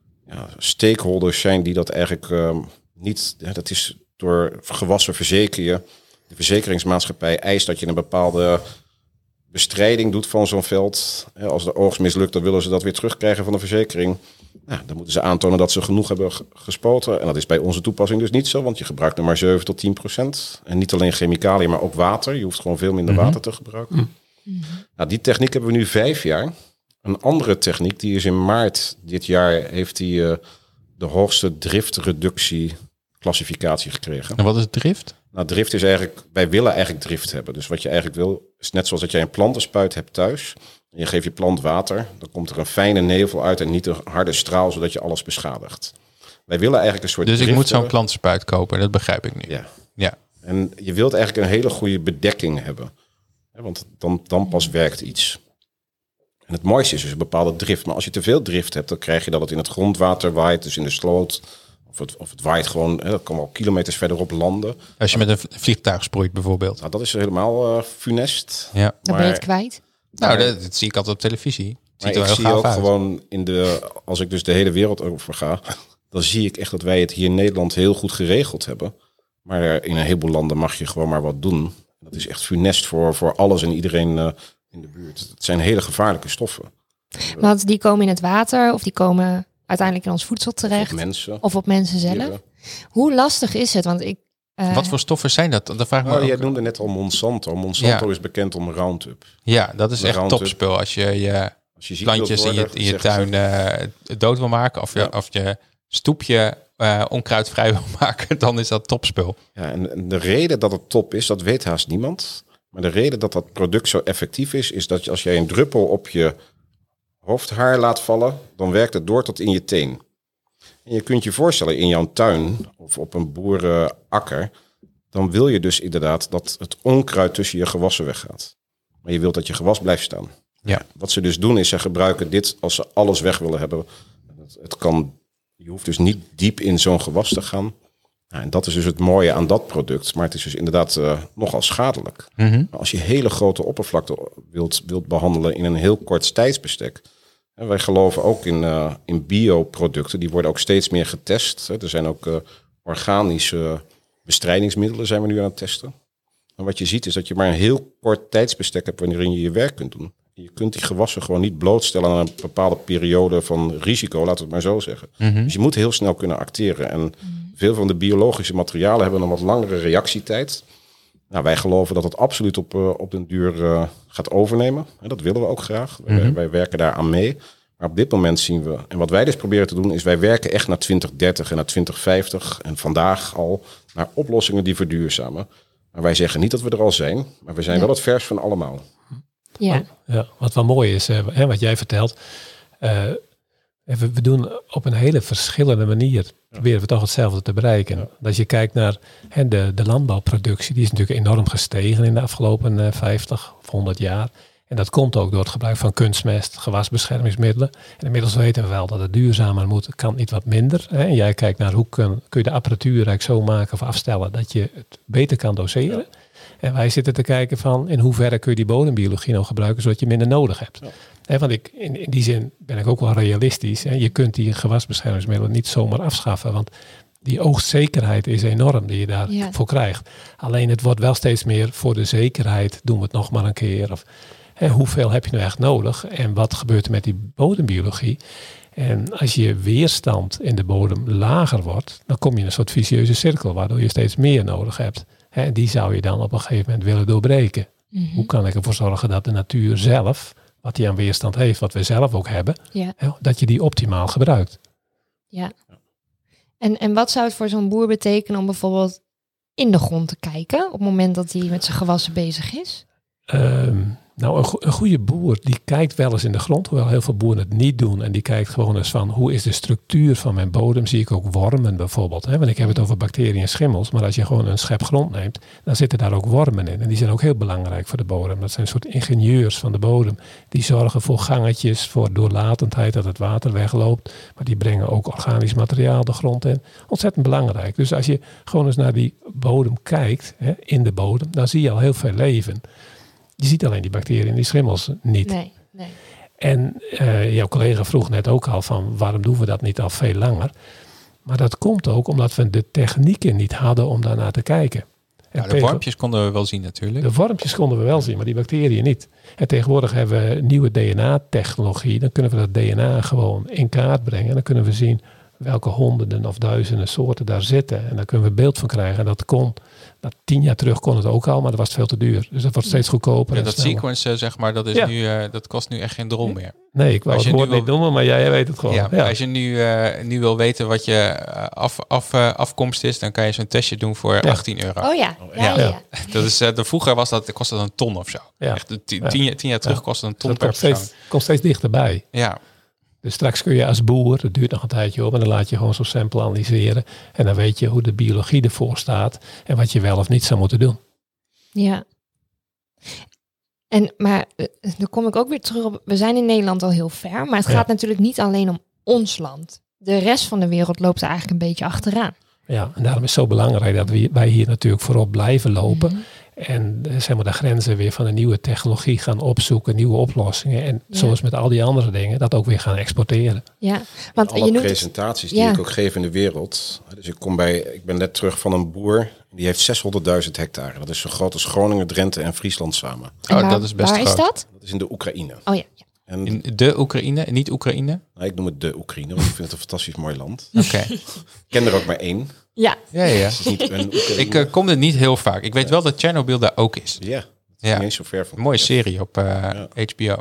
stakeholders zijn die dat eigenlijk niet. Dat is door gewassen verzeker je. De verzekeringsmaatschappij eist dat je een bepaalde bestrijding doet van zo'n veld. Als de oogst mislukt, dan willen ze dat weer terugkrijgen van de verzekering. Nou, dan moeten ze aantonen dat ze genoeg hebben gespoten. En dat is bij onze toepassing dus niet zo, want je gebruikt er maar 7 tot 10%. En niet alleen chemicaliën, maar ook water. Je hoeft gewoon veel minder water te gebruiken. Nou, die techniek hebben we nu 5 jaar. Een andere techniek, die is in maart dit jaar, heeft die de hoogste driftreductie klassificatie gekregen. En wat is drift? Nou, drift is eigenlijk, wij willen eigenlijk drift hebben. Dus wat je eigenlijk wil, is net zoals dat jij een plantenspuit hebt thuis. En je geeft je plant water, dan komt er een fijne nevel uit en niet een harde straal, zodat je alles beschadigt. Wij willen eigenlijk een soort Dus drift ik moet zo'n hebben. plantenspuit kopen, dat begrijp ik nu. Ja. En je wilt eigenlijk een hele goede bedekking hebben. Want dan pas werkt iets. En het mooiste is dus een bepaalde drift. Maar als je te veel drift hebt, dan krijg je dat het in het grondwater waait, dus in de sloot. Of het waait gewoon, dat kan wel kilometers verderop landen. Als je met een vliegtuig sproeit bijvoorbeeld. Nou, dat is helemaal funest. Ja. Dan ben je het kwijt. Nou, dat zie ik altijd op televisie. Maar ik zie ook gewoon als ik dus de hele wereld over ga, dan zie ik echt dat wij het hier in Nederland heel goed geregeld hebben. Maar in een heleboel landen mag je gewoon maar wat doen. Dat is echt funest voor alles en iedereen in de buurt. Het zijn hele gevaarlijke stoffen. Want die komen in het water of die komen uiteindelijk in ons voedsel terecht. Of op mensen zelf. Dieren. Hoe lastig is het? Want wat voor stoffen zijn dat? Dat vraag ik me ook. Jij noemde net al Monsanto. Monsanto is bekend om Roundup. Ja, dat is de echt Roundup. Topspul. Als je plantjes in je tuin dood wil maken of je stoepje onkruidvrij wil maken, dan is dat topspul. Ja, en de reden dat het top is, dat weet haast niemand. Maar de reden dat dat product zo effectief is dat als jij een druppel op je hoofdhaar laat vallen, dan werkt het door tot in je teen. En je kunt je voorstellen, in jouw tuin of op een boerenakker, dan wil je dus inderdaad dat het onkruid tussen je gewassen weggaat. Maar je wilt dat je gewas blijft staan. Ja. Wat ze dus doen is, ze gebruiken dit als ze alles weg willen hebben. Je hoeft dus niet diep in zo'n gewas te gaan. En dat is dus het mooie aan dat product. Maar het is dus inderdaad nogal schadelijk. Mm-hmm. Maar als je hele grote oppervlakte wilt behandelen in een heel kort tijdsbestek. En wij geloven ook in bioproducten. Die worden ook steeds meer getest. Er zijn ook organische bestrijdingsmiddelen zijn we nu aan het testen. En wat je ziet is dat je maar een heel kort tijdsbestek hebt waarin je je werk kunt doen. Je kunt die gewassen gewoon niet blootstellen aan een bepaalde periode van risico, laten we het maar zo zeggen. Mm-hmm. Dus je moet heel snel kunnen acteren. En veel van de biologische materialen hebben een wat langere reactietijd. Nou, wij geloven dat het absoluut op den duur gaat overnemen. En dat willen we ook graag. Mm-hmm. Wij werken daar aan mee. Maar op dit moment zien we, en wat wij dus proberen te doen, is wij werken echt naar 2030 en naar 2050 en vandaag al naar oplossingen die verduurzamen. Maar wij zeggen niet dat we er al zijn, maar we zijn wel het vers van allemaal. Ja. Ja, wat wel mooi is, wat jij vertelt. We doen op een hele verschillende manier. Proberen we toch hetzelfde te bereiken. Ja. Als je kijkt naar de landbouwproductie, die is natuurlijk enorm gestegen in de afgelopen 50 of 100 jaar. En dat komt ook door het gebruik van kunstmest, gewasbeschermingsmiddelen. En inmiddels weten we wel dat het duurzamer moet, kan niet wat minder. Hè? En jij kijkt naar hoe kun je de apparatuur eigenlijk zo maken of afstellen dat je het beter kan doseren. Ja. En wij zitten te kijken van in hoeverre kun je die bodembiologie nou gebruiken zodat je minder nodig hebt. Ja. Hè, want in die zin ben ik ook wel realistisch. Hè? Je kunt die gewasbeschermingsmiddelen niet zomaar afschaffen, want die oogstzekerheid is enorm die je daarvoor krijgt. Alleen het wordt wel steeds meer voor de zekerheid, doen we het nog maar een keer. Of hoeveel heb je nou echt nodig? En wat gebeurt er met die bodembiologie? En als je weerstand in de bodem lager wordt, dan kom je in een soort vicieuze cirkel, waardoor je steeds meer nodig hebt. En die zou je dan op een gegeven moment willen doorbreken. Mm-hmm. Hoe kan ik ervoor zorgen dat de natuur zelf, wat die aan weerstand heeft, wat we zelf ook hebben, dat je die optimaal gebruikt? Ja. En wat zou het voor zo'n boer betekenen om bijvoorbeeld in de grond te kijken op het moment dat hij met zijn gewassen bezig is? Nou, een goede boer die kijkt wel eens in de grond, hoewel heel veel boeren het niet doen. En die kijkt gewoon eens van hoe is de structuur van mijn bodem. Zie ik ook wormen bijvoorbeeld. Hè? Want ik heb het over bacteriën en schimmels. Maar als je gewoon een schep grond neemt, dan zitten daar ook wormen in. En die zijn ook heel belangrijk voor de bodem. Dat zijn een soort ingenieurs van de bodem. Die zorgen voor gangetjes, voor doorlatendheid dat het water wegloopt. Maar die brengen ook organisch materiaal de grond in. Ontzettend belangrijk. Dus als je gewoon eens naar die bodem kijkt, in de bodem, dan zie je al heel veel leven. Je ziet alleen die bacteriën en die schimmels niet. Nee. En jouw collega vroeg net ook al van waarom doen we dat niet al veel langer? Maar dat komt ook omdat we de technieken niet hadden om daarnaar te kijken. Ja, de wormpjes konden we wel zien natuurlijk. De wormpjes konden we wel zien, maar die bacteriën niet. En tegenwoordig hebben we nieuwe DNA-technologie. Dan kunnen we dat DNA gewoon in kaart brengen. En dan kunnen we zien welke honderden of duizenden soorten daar zitten. En daar kunnen we beeld van krijgen. En dat kon... 10 jaar terug kon het ook al, maar dat was veel te duur. Dus dat wordt steeds goedkoper. Ja, dat sequence, zeg maar, dat is nu, dat kost nu echt geen drol meer. Nee, ik wou het woord niet noemen, maar jij weet het gewoon. Ja. Als je nu wil weten wat je afkomst is, dan kan je zo'n testje doen voor €18. Oh ja. Dat is, vroeger kostte dat een ton of zo. Ja. Echt, 10 jaar terug kostte een ton per persoon. Komt steeds dichterbij. Ja. Dus straks kun je als boer, dat duurt nog een tijdje op, en dan laat je gewoon zo'n sample analyseren. En dan weet je hoe de biologie ervoor staat en wat je wel of niet zou moeten doen. Ja. Maar dan kom ik ook weer terug op, we zijn in Nederland al heel ver, maar het gaat natuurlijk niet alleen om ons land. De rest van de wereld loopt er eigenlijk een beetje achteraan. Ja, en daarom is het zo belangrijk dat wij hier natuurlijk voorop blijven lopen. Mm-hmm. En zeg maar de grenzen weer van een nieuwe technologie gaan opzoeken, nieuwe oplossingen. En zoals met al die andere dingen, dat ook weer gaan exporteren. Ja, want alle presentaties die ik ook geef in de wereld. Dus ik ben net terug van een boer, die heeft 600.000 hectare. Dat is zo groot als Groningen, Drenthe en Friesland samen. Dat is best waar groot. Is dat? Dat is in de Oekraïne. Oh ja. En in de Oekraïne, niet Oekraïne? Nou, ik noem het de Oekraïne, want ik vind het een fantastisch mooi land. Oké. Ik ken er ook maar 1. Ja. Ik kom er niet heel vaak. Ik weet wel dat Chernobyl daar ook is. Ja, dat is niet zo ver van. Een mooie serie op HBO.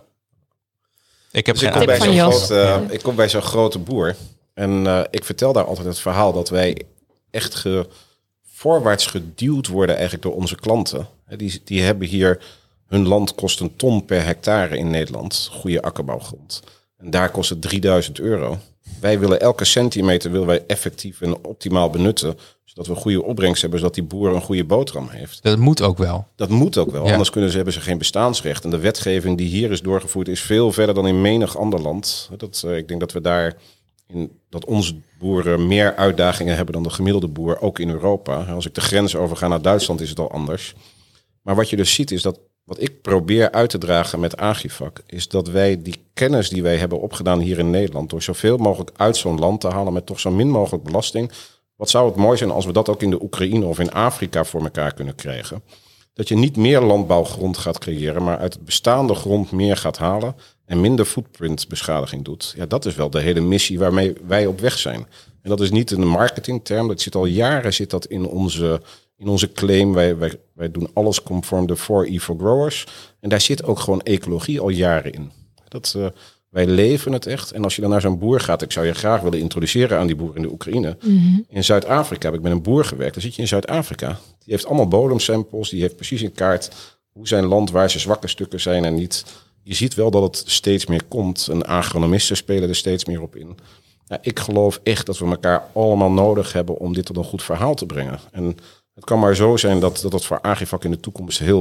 Ik heb ik kom bij zo'n grote boer. En ik vertel daar altijd het verhaal dat wij echt voorwaarts geduwd worden eigenlijk door onze klanten. Die hebben hier... Hun land kost een ton per hectare in Nederland. Goede akkerbouwgrond. En daar kost het €3000. Wij willen elke centimeter effectief en optimaal benutten. Zodat we een goede opbrengst hebben. Zodat die boer een goede boterham heeft. Dat moet ook wel. Dat moet ook wel. Ja. Anders hebben ze geen bestaansrecht. En de wetgeving die hier is doorgevoerd is veel verder dan in menig ander land. Ik denk dat we dat onze boeren meer uitdagingen hebben dan de gemiddelde boer. Ook in Europa. Als ik de grens overga naar Duitsland is het al anders. Maar wat je dus ziet is dat... Wat ik probeer uit te dragen met Agrifac is dat wij die kennis die wij hebben opgedaan hier in Nederland, door zoveel mogelijk uit zo'n land te halen met toch zo min mogelijk belasting. Wat zou het mooi zijn als we dat ook in de Oekraïne of in Afrika voor elkaar kunnen krijgen? Dat je niet meer landbouwgrond gaat creëren, maar uit het bestaande grond meer gaat halen en minder footprintbeschadiging doet. Ja, dat is wel de hele missie waarmee wij op weg zijn. En dat is niet een marketingterm, dat zit al jaren in onze claim. Wij doen alles conform de 4E for Growers. En daar zit ook gewoon ecologie al jaren in. Wij leven het echt. En als je dan naar zo'n boer gaat... Ik zou je graag willen introduceren aan die boer in de Oekraïne. Mm-hmm. In Zuid-Afrika heb ik met een boer gewerkt. Dan zit je in Zuid-Afrika. Die heeft allemaal bodemsamples. Die heeft precies in kaart hoe zijn land, waar zijn zwakke stukken zijn en niet. Je ziet wel dat het steeds meer komt. En agronomisten spelen er steeds meer op in. Ja, ik geloof echt dat we elkaar allemaal nodig hebben om dit tot een goed verhaal te brengen. En het kan maar zo zijn dat het voor Agrifac in de toekomst heel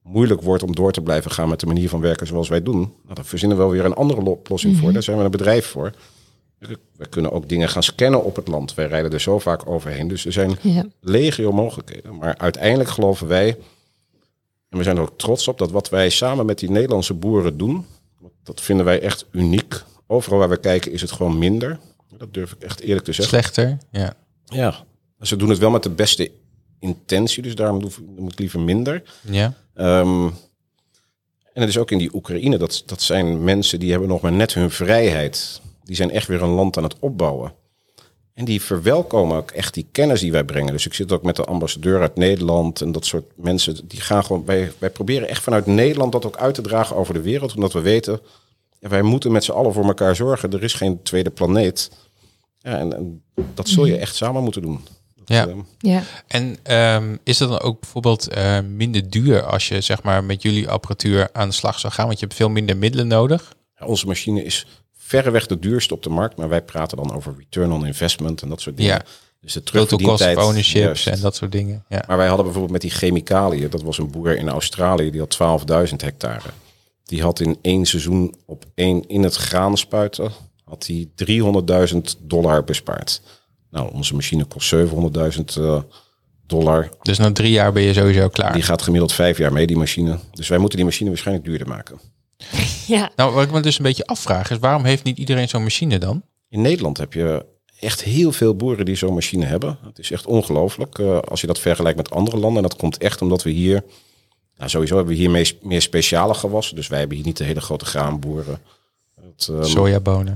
moeilijk wordt om door te blijven gaan met de manier van werken zoals wij doen, nou, dan verzinnen we wel weer een andere oplossing voor. Daar zijn we een bedrijf voor. We kunnen ook dingen gaan scannen op het land. Wij rijden er zo vaak overheen. Dus er zijn legio mogelijkheden. Maar uiteindelijk geloven wij, en we zijn er ook trots op, dat wat wij samen met die Nederlandse boeren doen, dat vinden wij echt uniek. Overal waar we kijken is het gewoon minder. Dat durf ik echt eerlijk te zeggen. Slechter, ja. Ja, ze doen het wel met de beste intentie, dus daarom moet ik liever minder. Ja. En het is ook in die Oekraïne, dat zijn mensen die hebben nog maar net hun vrijheid. Die zijn echt weer een land aan het opbouwen. En die verwelkomen ook echt die kennis die wij brengen. Dus ik zit ook met de ambassadeur uit Nederland en dat soort mensen. Die gaan gewoon, wij proberen echt vanuit Nederland dat ook uit te dragen over de wereld. Omdat we weten, wij moeten met z'n allen voor elkaar zorgen. Er is geen tweede planeet. Ja, en dat zul je echt samen moeten doen. Ja. En is het dan ook bijvoorbeeld minder duur als je zeg maar met jullie apparatuur aan de slag zou gaan? Want je hebt veel minder middelen nodig. Ja, onze machine is verreweg de duurste op de markt, maar wij praten dan over return on investment en dat soort dingen. Ja. Dus de total cost of ownership juist. En dat soort dingen. Ja. Maar wij hadden bijvoorbeeld met die chemicaliën, dat was een boer in Australië, die had 12.000 hectare. Die had in 1 seizoen in het graan spuiten, had hij $300.000 bespaard. Nou, onze machine kost $700.000. Dus na 3 jaar ben je sowieso klaar. Die gaat gemiddeld 5 jaar mee, die machine. Dus wij moeten die machine waarschijnlijk duurder maken. Ja. Nou, wat ik me dus een beetje afvraag is, waarom heeft niet iedereen zo'n machine dan? In Nederland heb je echt heel veel boeren die zo'n machine hebben. Het is echt ongelooflijk als je dat vergelijkt met andere landen. En dat komt echt omdat we hier, sowieso hebben we hier meer speciale gewassen. Dus wij hebben hier niet de hele grote graanboeren. Sojabonen.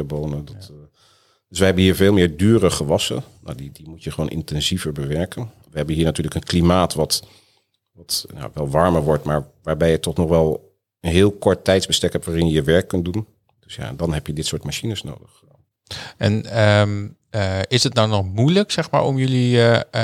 Dus wij hebben hier veel meer dure gewassen. Nou, die moet je gewoon intensiever bewerken. We hebben hier natuurlijk een klimaat wat wel warmer wordt, maar waarbij je toch nog wel een heel kort tijdsbestek hebt waarin je je werk kunt doen. Dus ja, dan heb je dit soort machines nodig. En is het nou nog moeilijk, zeg maar, om jullie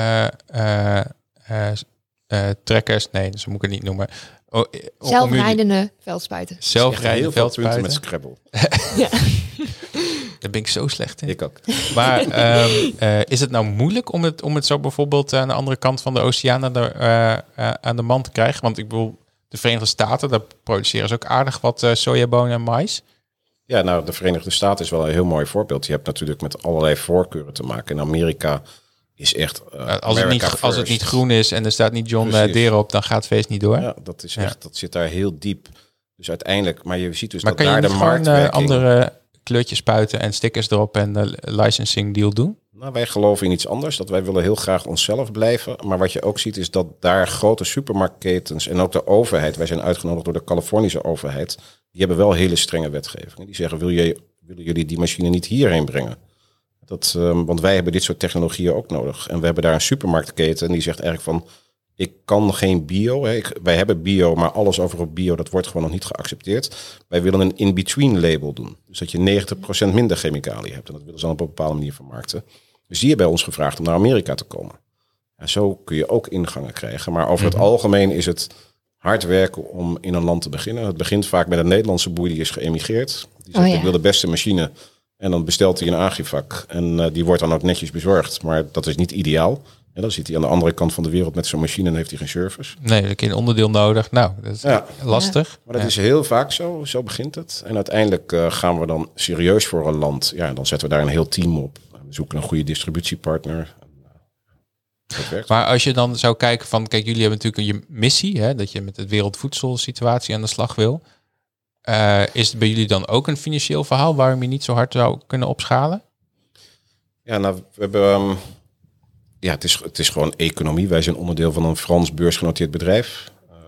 trekkers, nee, zo moet ik het niet noemen. Zelfrijdende veldspuiten. Zelfrijdende veldspuiten met Scrabble. Ja. Daar ben ik zo slecht in. Ik ook. Maar is het nou moeilijk om het zo bijvoorbeeld aan de andere kant van de oceaan aan de man te krijgen? Want ik bedoel, de Verenigde Staten, daar produceren ze ook aardig wat sojabonen en mais. Ja, nou, de Verenigde Staten is wel een heel mooi voorbeeld. Je hebt natuurlijk met allerlei voorkeuren te maken. In Amerika is echt als het niet groen is en er staat niet John Deere op, dan gaat het feest niet door. Ja, dat is echt, dat zit daar heel diep. Dus uiteindelijk, maar je ziet dus maar dat daar de marktwerking... andere kleurtjes spuiten en stickers erop en de licensing deal doen? Nou, wij geloven in iets anders. Dat wij willen heel graag onszelf blijven. Maar wat je ook ziet is dat daar grote supermarktketens en ook de overheid, wij zijn uitgenodigd door de Californische overheid, die hebben wel hele strenge wetgevingen. Die zeggen, willen jullie die machine niet hierheen brengen? Want wij hebben dit soort technologieën ook nodig. En we hebben daar een supermarktketen en die zegt eigenlijk van, ik kan geen bio. Wij hebben bio, maar alles over op bio, dat wordt gewoon nog niet geaccepteerd. Wij willen een in-between label doen. Dus dat je 90% minder chemicaliën hebt. En dat willen ze dan op een bepaalde manier vermarkten. Dus die hebben bij ons gevraagd om naar Amerika te komen. En zo kun je ook ingangen krijgen. Maar over het algemeen is het hard werken om in een land te beginnen. Het begint vaak met een Nederlandse boer die is geëmigreerd. Die zegt, ik wil de beste machine. En dan bestelt hij een Agrifak. En die wordt dan ook netjes bezorgd. Maar dat is niet ideaal. En dan zit hij aan de andere kant van de wereld met zo'n machine en heeft hij geen service. Nee, dan heb je een onderdeel nodig. Nou, dat is lastig. Ja. Maar dat is heel vaak zo. Zo begint het. En uiteindelijk gaan we dan serieus voor een land. Ja, dan zetten we daar een heel team op. We zoeken een goede distributiepartner. Dat werkt. Maar als je dan zou kijken van, kijk, jullie hebben natuurlijk je missie, hè, dat je met de wereldvoedselsituatie aan de slag wil. Is het bij jullie dan ook een financieel verhaal waarom je niet zo hard zou kunnen opschalen? Ja, nou, we hebben... het is gewoon economie. Wij zijn onderdeel van een Frans beursgenoteerd bedrijf.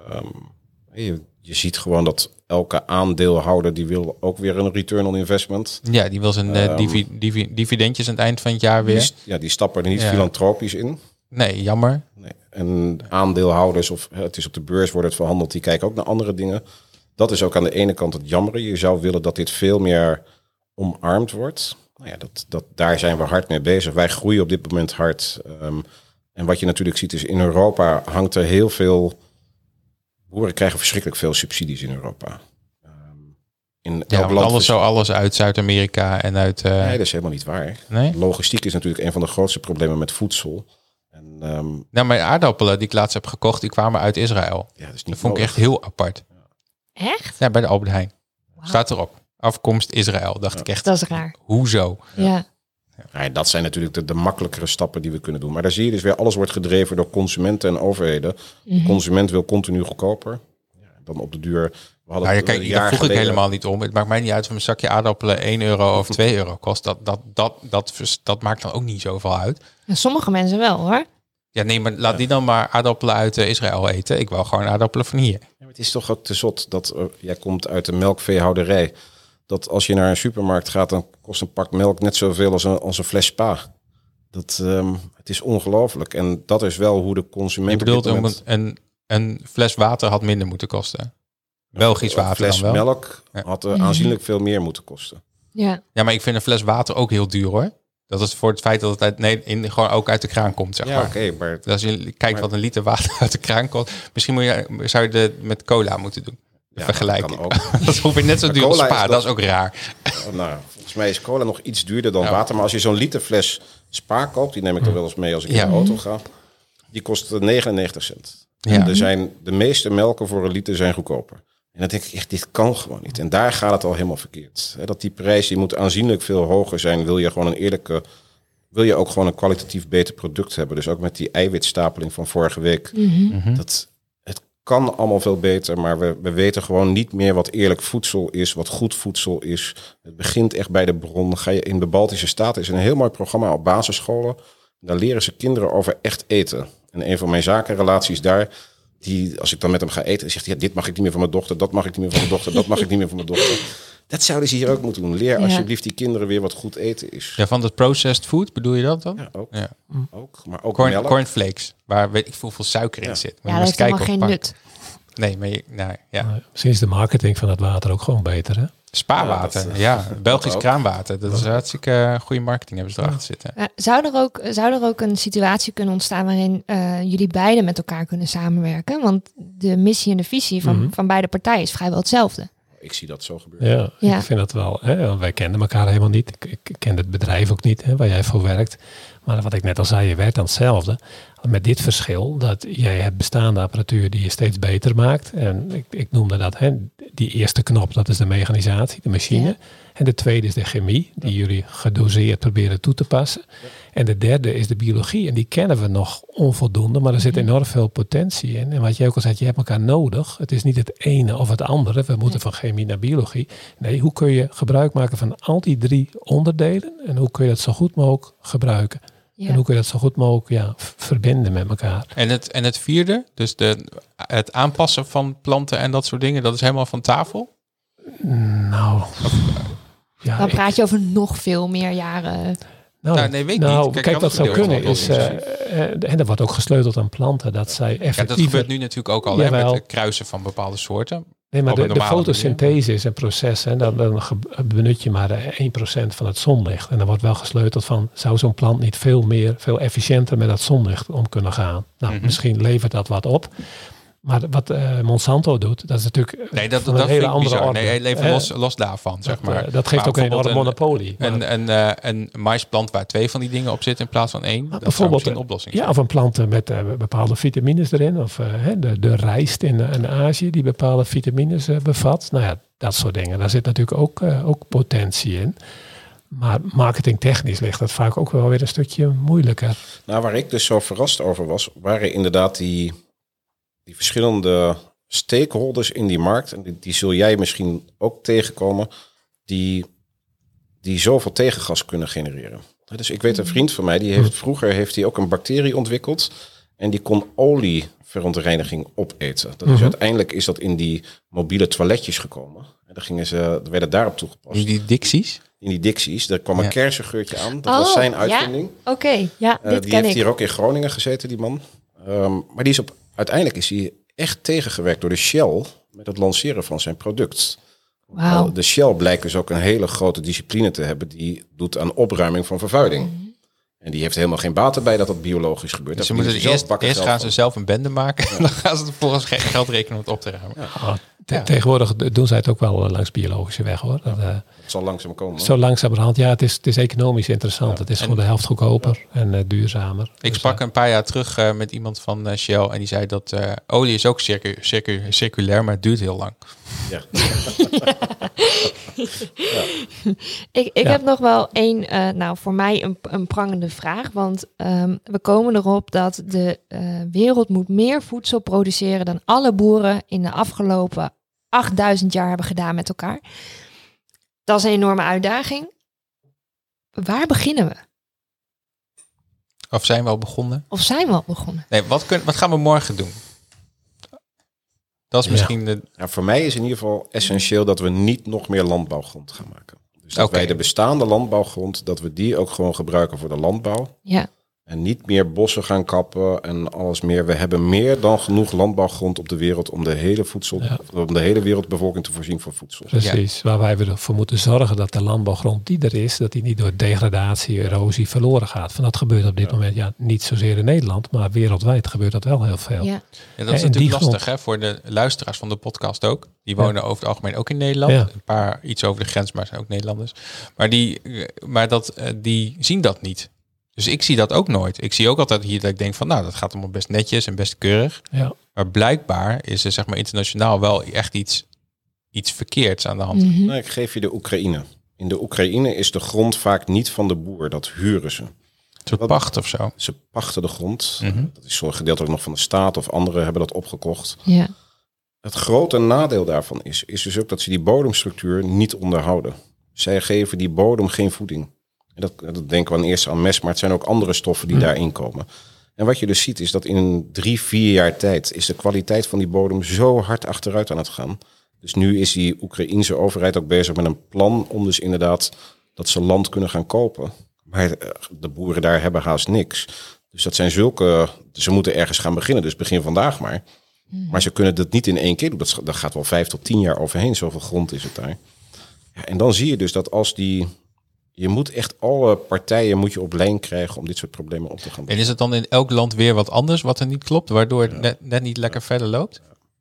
Je ziet gewoon dat elke aandeelhouder die wil ook weer een return on investment. Ja, die wil zijn dividendjes aan het eind van het jaar weer. Die stappen er niet filantropisch in. Nee, jammer. Nee. En aandeelhouders, of het is op de beurs wordt het verhandeld, die kijken ook naar andere dingen. Dat is ook aan de ene kant het jammere. Je zou willen dat dit veel meer omarmd wordt. Nou ja, daar zijn we hard mee bezig. Wij groeien op dit moment hard. En wat je natuurlijk ziet is in Europa hangt er heel veel... Boeren krijgen verschrikkelijk veel subsidies in Europa. Alles uit Zuid-Amerika en uit... Nee, dat is helemaal niet waar. Nee? Logistiek is natuurlijk een van de grootste problemen met voedsel. En, mijn aardappelen die ik laatst heb gekocht, die kwamen uit Israël. Ja, dat is niet Dat vond ik nodig. echt heel apart. Echt? Ja, bij de Albert Heijn. Wauw. Staat erop. Afkomst Israël. Dacht ik echt, Dat is raar. hoezo? Ja. Ja, dat zijn natuurlijk de makkelijkere stappen die we kunnen doen. Maar daar zie je dus weer, alles wordt gedreven door consumenten en overheden. De consument wil continu goedkoper. Ja, dan op de duur... We hadden Nou, het kijk, een daar jaar vroeg ik geleden- helemaal niet om. Het maakt mij niet uit of een zakje aardappelen 1 euro of 2 euro kost. Dat maakt dan ook niet zoveel uit. En sommige mensen wel, hoor. Ja, nee, maar laat die dan maar aardappelen uit Israël eten. Ik wil gewoon aardappelen van hier. Ja, maar het is toch ook te zot dat jij komt uit de melkveehouderij. Dat als je naar een supermarkt gaat, dan kost een pak melk net zoveel als een fles Spa. Het is ongelooflijk. En dat is wel hoe de consument... Je bedoelt, op dit moment- een fles water had minder moeten kosten. Belgisch water een fles dan wel. melk had aanzienlijk veel meer moeten kosten. Ja. Ja, maar ik vind een fles water ook heel duur, hoor. Dat is voor het feit dat het gewoon ook uit de kraan komt, zeg Ja, maar. oké, maar... Dus als je kijkt wat een liter water uit de kraan kost, misschien zou je het met cola moeten doen. Ja, Vergelijken. dat kan ook. Dat is ongeveer net zo Maar duur als cola Spa. is Dat is ook raar. Nou, volgens mij is cola nog iets duurder dan Ja. water. Maar als je zo'n liter fles Spa koopt, die neem ik er wel eens mee als ik Ja. in de auto ga. Die kost 99 cent. Ja. En de meeste melken voor een liter zijn goedkoper. En dan denk ik echt, dit kan gewoon niet. En daar gaat het al helemaal verkeerd. Dat die prijs die moet aanzienlijk veel hoger zijn. Wil je ook gewoon een kwalitatief beter product hebben. Dus ook met die eiwitstapeling van vorige week. Het kan allemaal veel beter, maar we weten gewoon niet meer wat eerlijk voedsel is, wat goed voedsel is. Het begint echt bij de bron. Ga je in de Baltische Staten, is een heel mooi programma op basisscholen. Daar leren ze kinderen over echt eten. En een van mijn zakenrelaties daar, als ik dan met hem ga eten, zegt hij, ja, dit mag ik niet meer van mijn dochter, dat mag ik niet meer van mijn dochter, dat mag ik niet meer van mijn dochter. Dat zouden ze hier ook moeten doen. Leer alsjeblieft die kinderen weer wat goed eten is. Ja, van het processed food, bedoel je dat dan? Ja, ook. Ja. Ook. Maar ook melk. Cornflakes, waar weet ik veel hoeveel suiker in zit. Maar Ja, je dat moet heeft helemaal kijken geen of het nut. Nee, maar ja. Misschien is de marketing van het water ook gewoon beter, hè? Spaarwater, Ja, dat, Belgisch ook. kraanwater. Dat is hartstikke goede marketing hebben ze erachter zitten. Zou er ook een situatie kunnen ontstaan waarin jullie beiden met elkaar kunnen samenwerken? Want de missie en de visie van beide partijen is vrijwel hetzelfde. Ik zie dat zo gebeuren. Ja, Ja. ik vind dat wel. Hè? Wij kenden elkaar helemaal niet. Ik ken het bedrijf ook niet, hè, waar jij voor werkt. Maar wat ik net al zei, je werkt aan hetzelfde. Met dit verschil, dat jij hebt bestaande apparatuur die je steeds beter maakt. En ik noemde dat, hè, die eerste knop, dat is de mechanisatie, de machine. Ja. En de tweede is de chemie, die jullie gedoseerd proberen toe te passen. En de derde is de biologie. En die kennen we nog onvoldoende, maar er zit enorm veel potentie in. En wat jij ook al zei, je hebt elkaar nodig. Het is niet het ene of het andere. We moeten van chemie naar biologie. Nee, hoe kun je gebruik maken van al die 3 onderdelen? En hoe kun je dat zo goed mogelijk gebruiken? Ja. En hoe kun je dat zo goed mogelijk verbinden met elkaar? En het vierde, dus het aanpassen van planten en dat soort dingen, dat is helemaal van tafel? Nou, ja, Dan praat je over nog veel meer jaren. Nou, nee, weet ik niet. Kijk, Kijk, wat zou kan kunnen het is, wel en er wordt ook gesleuteld aan planten, dat zij Ja, dat effectief... gebeurt nu natuurlijk ook al, hè, Jawel. met het kruisen van bepaalde soorten. Nee, maar op een de normale fotosynthese is een proces. Hè, dan benut je maar 1% van het zonlicht. En dan wordt wel gesleuteld van, zou zo'n plant niet veel efficiënter met dat zonlicht om kunnen gaan? Nou, misschien levert dat wat op. Maar wat Monsanto doet, dat is natuurlijk Nee, dat van een vind hele ik andere bizar. orde. Nee, even los daarvan, zeg maar. Dat geeft Maar ook een enorme bijvoorbeeld monopolie. Maar- Een maisplant waar 2 van die dingen op zitten in plaats van 1. Dat zou bijvoorbeeld misschien een oplossing zijn. Ja, of een plant met bepaalde vitamines erin. Of de rijst in Azië die bepaalde vitamines bevat. Nou ja, dat soort dingen. Daar zit natuurlijk ook potentie in. Maar marketingtechnisch ligt dat vaak ook wel weer een stukje moeilijker. Nou, waar ik dus zo verrast over was, waren inderdaad die verschillende stakeholders in die markt. En die zul jij misschien ook tegenkomen, die zoveel tegengas kunnen genereren. Dus ik weet, een vriend van mij, vroeger heeft hij ook een bacterie ontwikkeld en die kon olieverontreiniging opeten. Dat is uiteindelijk is dat in die mobiele toiletjes gekomen. En dan werden daarop toegepast. Die Dixies? In die Dixies, daar kwam een kersengeurtje aan. Dat Oh, was zijn uitvinding. Ja? Oké, ja, dit Die ken heeft ik. hier ook in Groningen gezeten, die man. Maar uiteindelijk is hij echt tegengewerkt door de Shell met het lanceren van zijn product. Wauw. De Shell blijkt dus ook een hele grote discipline te hebben die doet aan opruiming van vervuiling. En die heeft helemaal geen baat erbij dat dat biologisch gebeurt. Dus ze Daar moeten verdienen ze zelf eerst bakken gaan geld ze zelf een bende maken. En dan gaan ze vervolgens geld rekenen om het op te ruimen. van. Ah, Tegenwoordig doen zij het ook wel langs biologische weg, hoor. Het zal langzaam komen. Zo langzamerhand. Ja, het is economisch interessant. Het is gewoon de helft goedkoper en duurzamer. Ik sprak een paar jaar terug met iemand van Shell en die zei dat olie is ook circulair, maar het duurt heel lang. Ja. Ik heb nog wel één, voor mij een prangende vraag. Want we komen erop dat de wereld moet meer voedsel produceren dan alle boeren in de afgelopen 8000 jaar hebben gedaan met elkaar. Dat is een enorme uitdaging. Waar beginnen we? Of zijn we al begonnen? Nee, wat gaan we morgen doen? Dat is misschien voor mij is in ieder geval essentieel dat we niet nog meer landbouwgrond gaan maken. Dus dat wij de bestaande landbouwgrond, dat we die ook gewoon gebruiken voor de landbouw. Ja. En niet meer bossen gaan kappen en alles meer. We hebben meer dan genoeg landbouwgrond op de wereld om de hele wereldbevolking te voorzien van voedsel. Precies, waar wij ervoor moeten zorgen dat de landbouwgrond die er is, dat die niet door degradatie, erosie verloren gaat. Van dat gebeurt op dit moment niet zozeer in Nederland, maar wereldwijd gebeurt dat wel heel veel. Ja. Ja, dat is natuurlijk lastig voor de luisteraars van de podcast ook. Die wonen over het algemeen ook in Nederland. Ja. Een paar iets over de grens, maar zijn ook Nederlanders. Maar die zien dat niet. Dus ik zie dat ook nooit. Ik zie ook altijd hier dat ik denk van, dat gaat allemaal best netjes en best keurig. Ja. Maar blijkbaar is er zeg maar internationaal wel echt iets verkeerds aan de hand. Mm-hmm. Nou, ik geef je de Oekraïne. In de Oekraïne is de grond vaak niet van de boer. Dat huren ze. Ze pachten of zo? Ze pachten de grond. Mm-hmm. Dat is zo gedeeltelijk nog van de staat of anderen hebben dat opgekocht. Ja. Het grote nadeel daarvan is dus ook dat ze die bodemstructuur niet onderhouden. Zij geven die bodem geen voeding. En dat denken we dan eerst aan mest, maar het zijn ook andere stoffen die daarin komen. En wat je dus ziet is dat in 3-4 jaar tijd is de kwaliteit van die bodem zo hard achteruit aan het gaan. Dus nu is die Oekraïense overheid ook bezig met een plan om dus inderdaad dat ze land kunnen gaan kopen. Maar de boeren daar hebben haast niks. Dus dat zijn ze moeten ergens gaan beginnen, dus begin vandaag maar. Maar ze kunnen dat niet in 1 keer doen. Dat gaat wel 5 tot 10 jaar overheen, zoveel grond is het daar. Ja, en dan zie je dus dat je moet echt alle partijen op lijn krijgen om dit soort problemen op te gaan doen. En is het dan in elk land weer wat anders wat er niet klopt, waardoor het net niet lekker verder loopt?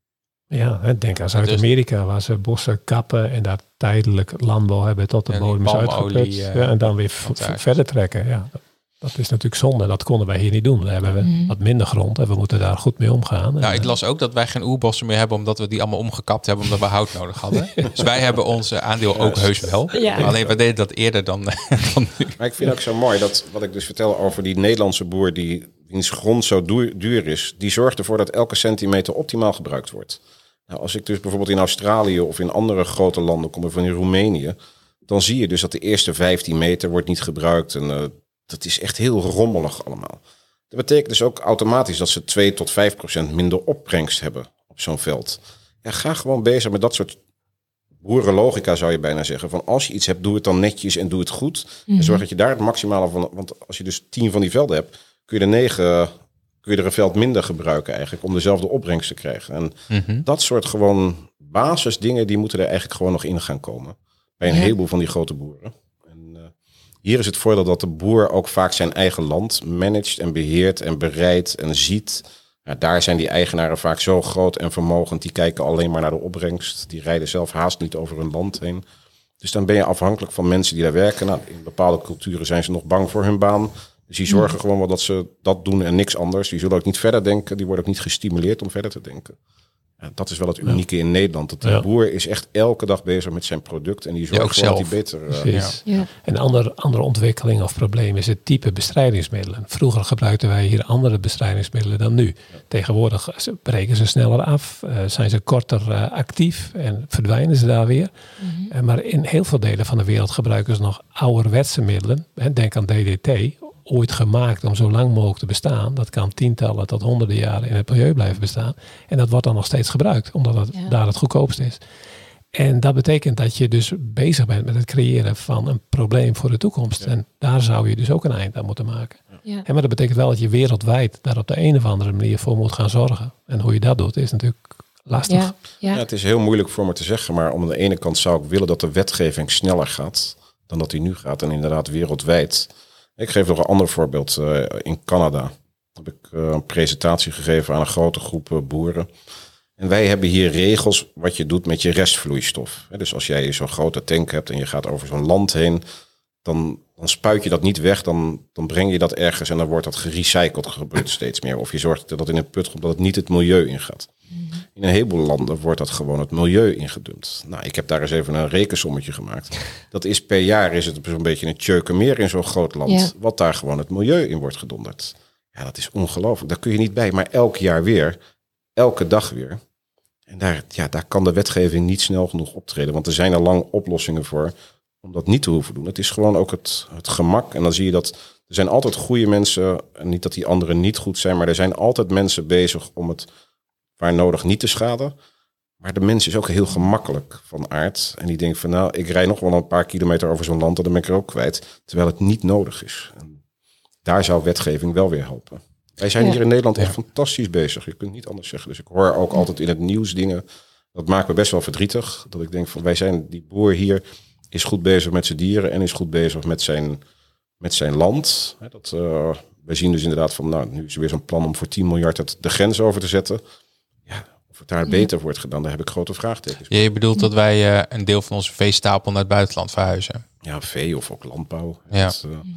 Ja, denk aan Zuid-Amerika, waar ze bossen kappen en daar tijdelijk landbouw hebben tot de bodem is uitgeput. En dan weer verder trekken. Ja, dat is natuurlijk zonde. Dat konden wij hier niet doen. We hebben wat minder grond en we moeten daar goed mee omgaan. Nou, ik las ook dat wij geen oerbossen meer hebben omdat we die allemaal omgekapt hebben omdat we hout nodig hadden. Dus wij hebben ons aandeel ook heus wel. Ja. Alleen we deden dat eerder dan nu. Maar ik vind ook zo mooi dat wat ik dus vertel over die Nederlandse boer wiens grond zo duur is, die zorgt ervoor dat elke centimeter optimaal gebruikt wordt. Nou, als ik dus bijvoorbeeld in Australië of in andere grote landen kom, of in Roemenië, dan zie je dus dat de eerste 15 meter wordt niet gebruikt en dat is echt heel rommelig allemaal. Dat betekent dus ook automatisch dat ze 2 tot 5% minder opbrengst hebben op zo'n veld. Ja, ga gewoon bezig met dat soort boerenlogica, zou je bijna zeggen. Van als je iets hebt, doe het dan netjes en doe het goed. Mm-hmm. En zorg dat je daar het maximale van. Want als je dus 10 van die velden hebt, kun je er een veld minder gebruiken eigenlijk om dezelfde opbrengst te krijgen. En dat soort gewoon basisdingen, die moeten er eigenlijk gewoon nog in gaan komen. Bij een heleboel van die grote boeren. Hier is het voordeel dat de boer ook vaak zijn eigen land managt en beheert en bereidt en ziet. Ja, daar zijn die eigenaren vaak zo groot en vermogend. Die kijken alleen maar naar de opbrengst. Die rijden zelf haast niet over hun land heen. Dus dan ben je afhankelijk van mensen die daar werken. Nou, in bepaalde culturen zijn ze nog bang voor hun baan. Dus die zorgen gewoon wel dat ze dat doen en niks anders. Die zullen ook niet verder denken. Die worden ook niet gestimuleerd om verder te denken. Ja, dat is wel het unieke in Nederland. Dat de boer is echt elke dag bezig met zijn product. En die zorgt voor dat hij beter... Een andere ontwikkeling of probleem is het type bestrijdingsmiddelen. Vroeger gebruikten wij hier andere bestrijdingsmiddelen dan nu. Tegenwoordig breken ze sneller af. Zijn ze korter actief. En verdwijnen ze daar weer. Maar in heel veel delen van de wereld gebruiken ze nog ouderwetse middelen. Denk aan DDT. Ooit gemaakt om zo lang mogelijk te bestaan. Dat kan tientallen tot honderden jaren in het milieu blijven bestaan. En dat wordt dan nog steeds gebruikt, omdat het daar het goedkoopst is. En dat betekent dat je dus bezig bent met het creëren van een probleem voor de toekomst. Ja. En daar zou je dus ook een eind aan moeten maken. Ja. Maar dat betekent wel dat je wereldwijd daar op de een of andere manier voor moet gaan zorgen. En hoe je dat doet is natuurlijk lastig. Ja. Ja. Ja, het is heel moeilijk voor me te zeggen, maar aan de ene kant zou ik willen dat de wetgeving sneller gaat dan dat die nu gaat. En inderdaad wereldwijd. Ik geef nog een ander voorbeeld. In Canada heb ik een presentatie gegeven aan een grote groep boeren. En wij hebben hier regels wat je doet met je restvloeistof. Dus als jij zo'n grote tank hebt en je gaat over zo'n land heen, dan spuit je dat niet weg, dan breng je dat ergens en dan wordt dat gerecycled, gebeurt steeds meer. Of je zorgt dat in een put komt dat het niet het milieu ingaat. In een heleboel landen wordt dat gewoon het milieu ingedumpt. Nou, ik heb daar eens even een rekensommetje gemaakt. Dat is per jaar is het zo'n beetje een tjeukenmeer in zo'n groot land, wat daar gewoon het milieu in wordt gedonderd. Ja, dat is ongelooflijk. Daar kun je niet bij, maar elk jaar weer, elke dag weer. En daar kan de wetgeving niet snel genoeg optreden, want er zijn er lang oplossingen voor om dat niet te hoeven doen. Het is gewoon ook het gemak. En dan zie je dat er zijn altijd goede mensen, en niet dat die anderen niet goed zijn, maar er zijn altijd mensen bezig om het waar nodig niet te schaden. Maar de mens is ook heel gemakkelijk van aard. En die denkt van nou, ik rij nog wel een paar kilometer over zo'n land en dan ben ik er ook kwijt. Terwijl het niet nodig is. En daar zou wetgeving wel weer helpen. Wij zijn hier in Nederland echt fantastisch bezig. Je kunt niet anders zeggen. Dus ik hoor ook altijd in het nieuws dingen. Dat maakt me best wel verdrietig. Dat ik denk van die boer hier is goed bezig met zijn dieren en is goed bezig met zijn land. Wij zien dus inderdaad van nou, nu is er weer zo'n plan om voor 10 miljard de grens over te zetten. Ja, of het daar beter wordt gedaan, daar heb ik grote vraagtekens. Ja, je bedoelt dat wij een deel van onze veestapel naar het buitenland verhuizen? Ja, vee of ook landbouw. Ja.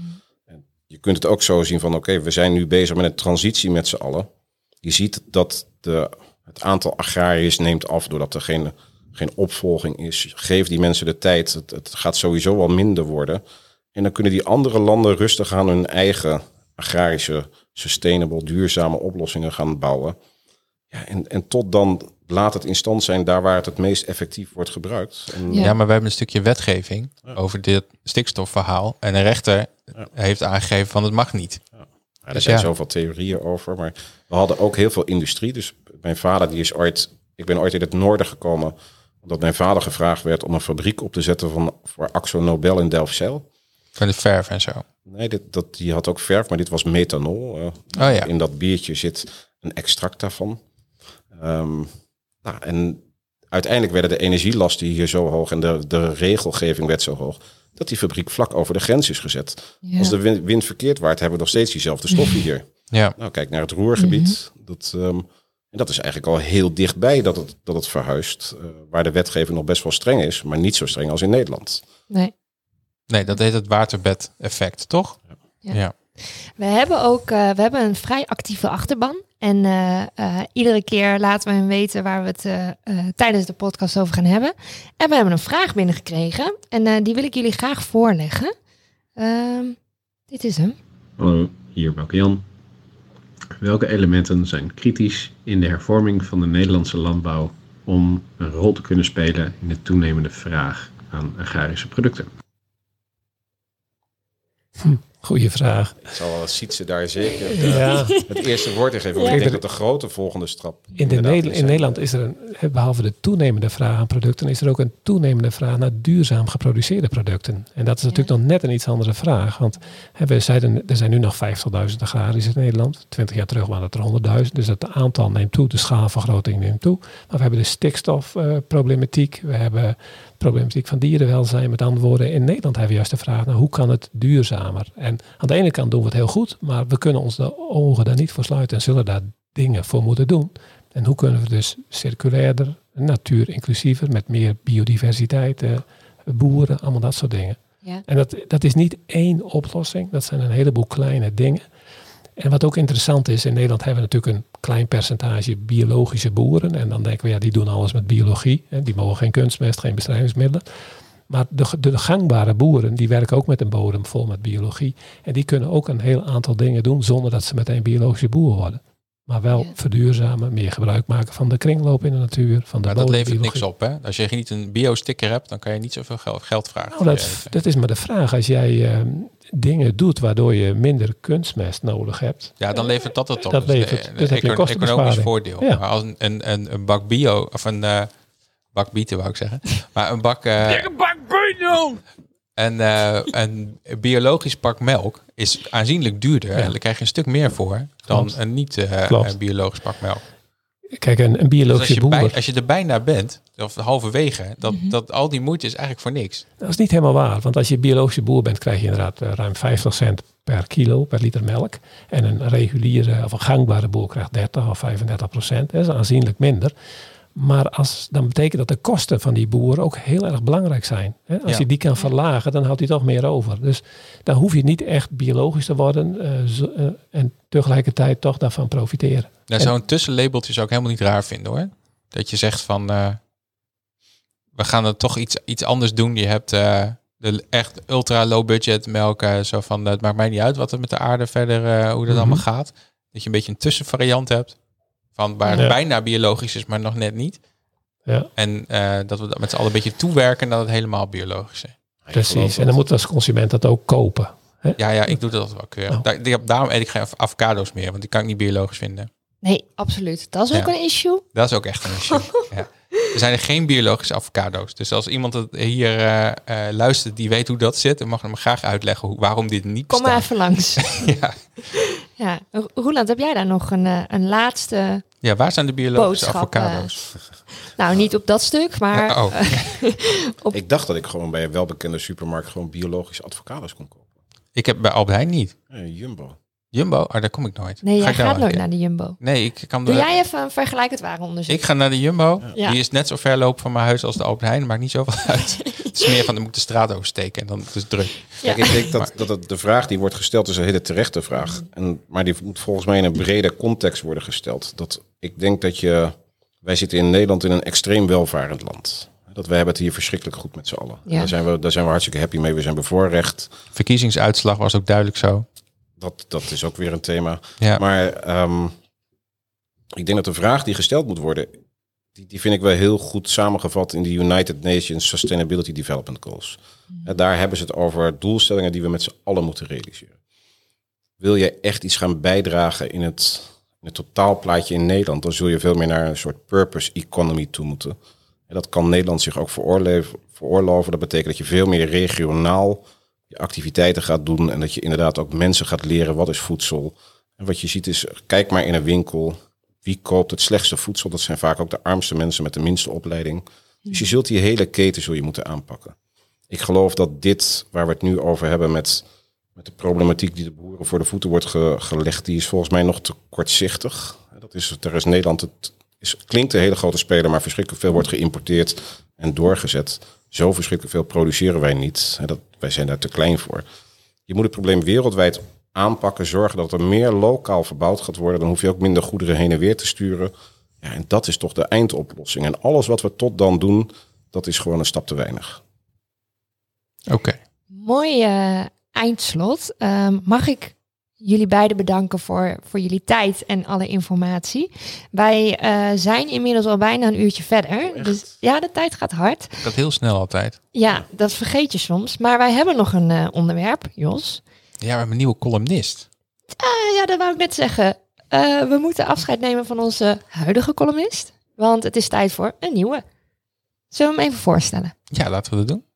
Je kunt het ook zo zien van oké, we zijn nu bezig met een transitie met z'n allen. Je ziet dat het aantal agrariërs neemt af doordat er geen opvolging is. Geef die mensen de tijd. Het gaat sowieso wel minder worden. En dan kunnen die andere landen rustig aan hun eigen agrarische, sustainable, duurzame oplossingen gaan bouwen. Ja, en tot dan laat het in stand zijn daar waar het meest effectief wordt gebruikt. Ja, maar we hebben een stukje wetgeving over dit stikstofverhaal. En een rechter heeft aangegeven van het mag niet. Ja, er zijn zoveel theorieën over. Maar we hadden ook heel veel industrie. Dus mijn vader ik ben ooit in het noorden gekomen omdat mijn vader gevraagd werd om een fabriek op te zetten voor Akzo Nobel in Delfzijl. Van de verf en zo. Nee, die had ook verf, maar dit was methanol. In dat biertje zit een extract daarvan. En uiteindelijk werden de energielasten hier zo hoog en de regelgeving werd zo hoog dat die fabriek vlak over de grens is gezet. Ja. Als de wind verkeerd waait, hebben we nog steeds diezelfde stoffen hier. Ja. Nou, kijk naar het Roergebied. En dat is eigenlijk al heel dichtbij dat het verhuist. Waar de wetgeving nog best wel streng is, maar niet zo streng als in Nederland. Nee, dat heet het waterbed-effect, toch? Ja. We hebben een vrij actieve achterban. En iedere keer laten we hem weten waar we het tijdens de podcast over gaan hebben. En we hebben een vraag binnengekregen. En die wil ik jullie graag voorleggen. Dit is hem. Hallo, hier Bouke-Jan. Welke elementen zijn kritisch in de hervorming van de Nederlandse landbouw om een rol te kunnen spelen in de toenemende vraag aan agrarische producten? Goeie vraag. Ik zal wel Sietse daar zeker het eerste woord in geven. Maar ik denk dat de grote volgende stap... In Nederland is er behalve de toenemende vraag aan producten, is er ook een toenemende vraag naar duurzaam geproduceerde producten. En dat is natuurlijk nog net een iets andere vraag. Want er zijn nu nog 50.000 agrariërs in Nederland. 20 jaar terug waren het er 100.000. Dus het aantal neemt toe, de schaalvergroting neemt toe. Maar we hebben de stikstofproblematiek. We hebben problematiek van dierenwelzijn. Met andere woorden, in Nederland hebben we juist de vraag, hoe kan het duurzamer? En aan de ene kant doen we het heel goed, maar we kunnen ons de ogen daar niet voor sluiten en zullen daar dingen voor moeten doen. En hoe kunnen we dus circulairder, natuurinclusiever, met meer biodiversiteit, boeren, allemaal dat soort dingen. Ja. En dat is niet één oplossing, dat zijn een heleboel kleine dingen. En wat ook interessant is, in Nederland hebben we natuurlijk een klein percentage biologische boeren. En dan denken we, die doen alles met biologie. Hè. Die mogen geen kunstmest, geen bestrijdingsmiddelen. Maar de gangbare boeren, die werken ook met een bodem vol met biologie. En die kunnen ook een heel aantal dingen doen zonder dat ze meteen biologische boer worden. Maar wel verduurzamen, meer gebruik maken van de kringloop in de natuur. Van de dat levert niks op, hè? Als je niet een bio-sticker hebt, dan kan je niet zoveel geld vragen. Nou, dat is maar de vraag. Als jij dingen doet waardoor je minder kunstmest nodig hebt. Ja, dan levert dat het op. Dat levert dus heb je economisch voordeel. Ja. Maar als een bak bio, of een bak bieten wou ik zeggen. Maar een bak... een bak bio! Een biologisch pak melk is aanzienlijk duurder. En daar krijg je een stuk meer voor dan een niet-biologisch pak melk. Kijk, een biologische dus boer... als je er bijna bent, of halverwege, dat al die moeite is eigenlijk voor niks. Dat is niet helemaal waar. Want als je biologische boer bent, krijg je inderdaad ruim 50 cent per kilo, per liter melk. En een reguliere of een gangbare boer krijgt 30 of 35%. Dat is aanzienlijk minder. Maar dan betekent dat de kosten van die boer ook heel erg belangrijk zijn. Als je die kan verlagen, dan houdt hij toch meer over. Dus dan hoef je niet echt biologisch te worden en tegelijkertijd toch daarvan profiteren. Nou, zo'n tussenlabeltje zou ik helemaal niet raar vinden hoor. Dat je zegt van, we gaan er toch iets anders doen. Je hebt de echt ultra low budget melk. Zo van, het maakt mij niet uit wat er met de aarde verder, hoe dat allemaal gaat. Dat je een beetje een tussenvariant hebt. Van waar het bijna biologisch is, maar nog net niet. Ja. En dat we met z'n allen een beetje toewerken dat het helemaal biologisch is. Precies, en dan moet als consument dat ook kopen. Hè? Ja, ik doe dat wel keurig. Daarom eet ik geen avocado's meer, want die kan ik niet biologisch vinden. Nee, absoluut. Dat is ook een issue. Dat is ook echt een issue. Ja. Er zijn er geen biologische avocado's. Dus als iemand het hier luistert die weet hoe dat zit, dan mag ik hem graag uitleggen waarom dit niet bestaat. Kom maar even langs. Ja. Roeland, heb jij daar nog een laatste Ja, waar zijn de biologische boodschap, avocado's? Nou, niet op dat stuk, maar... Ik dacht dat ik gewoon bij een welbekende supermarkt gewoon biologische avocado's kon kopen. Ik heb bij Albert Heijn niet. Jumbo. Jumbo? Daar kom ik nooit. Nee, jij gaat nooit naar de Jumbo. Nee, ik kan... Doe jij even een vergelijkend warenonderzoek? Ik ga naar de Jumbo. Ja. Die is net zo ver lopen van mijn huis als de Albert Heijn. Maakt niet zoveel uit. Het is meer van, dan moet ik de straat oversteken en dan is het druk. Ja. Kijk, ik denk dat de vraag die wordt gesteld is een hele terechte vraag. Maar die moet volgens mij in een brede context worden gesteld. Ik denk dat wij zitten in Nederland in een extreem welvarend land. Wij hebben het hier verschrikkelijk goed met z'n allen. Ja. Daar zijn we hartstikke happy mee. We zijn bevoorrecht. Verkiezingsuitslag was ook duidelijk zo. Dat is ook weer een thema. Ja. Maar ik denk dat de vraag die gesteld moet worden, die vind ik wel heel goed samengevat in de United Nations Sustainability Development Goals. Daar hebben ze het over doelstellingen die we met z'n allen moeten realiseren. Wil je echt iets gaan bijdragen in het totaalplaatje in Nederland, dan zul je veel meer naar een soort purpose economy toe moeten. En dat kan Nederland zich ook veroorloven. Dat betekent dat je veel meer regionaal je activiteiten gaat doen en dat je inderdaad ook mensen gaat leren wat is voedsel. En wat je ziet is, kijk maar in een winkel, wie koopt het slechtste voedsel? Dat zijn vaak ook de armste mensen met de minste opleiding. Dus je zult die hele keten zul je moeten aanpakken. Ik geloof dat dit, waar we het nu over hebben met de problematiek die de boeren voor de voeten wordt gelegd, die is volgens mij nog te kortzichtig. Daar is Nederland, klinkt een hele grote speler, maar verschrikkelijk veel wordt geïmporteerd en doorgezet. Zo verschrikkelijk veel produceren wij niet. Wij zijn daar te klein voor. Je moet het probleem wereldwijd aanpakken, zorgen dat er meer lokaal verbouwd gaat worden. Dan hoef je ook minder goederen heen en weer te sturen. Ja, en dat is toch de eindoplossing. En alles wat we tot dan doen, dat is gewoon een stap te weinig. Oké. Mooi eindslot. Mag ik jullie beiden bedanken voor jullie tijd en alle informatie. Wij zijn inmiddels al bijna een uurtje verder. Dus ja, de tijd gaat hard. Dat heel snel altijd. Ja, dat vergeet je soms. Maar wij hebben nog een onderwerp, Jos. Ja, we hebben een nieuwe columnist. Ja, dat wou ik net zeggen. We moeten afscheid nemen van onze huidige columnist. Want het is tijd voor een nieuwe. Zullen we hem even voorstellen? Ja, laten we dat doen.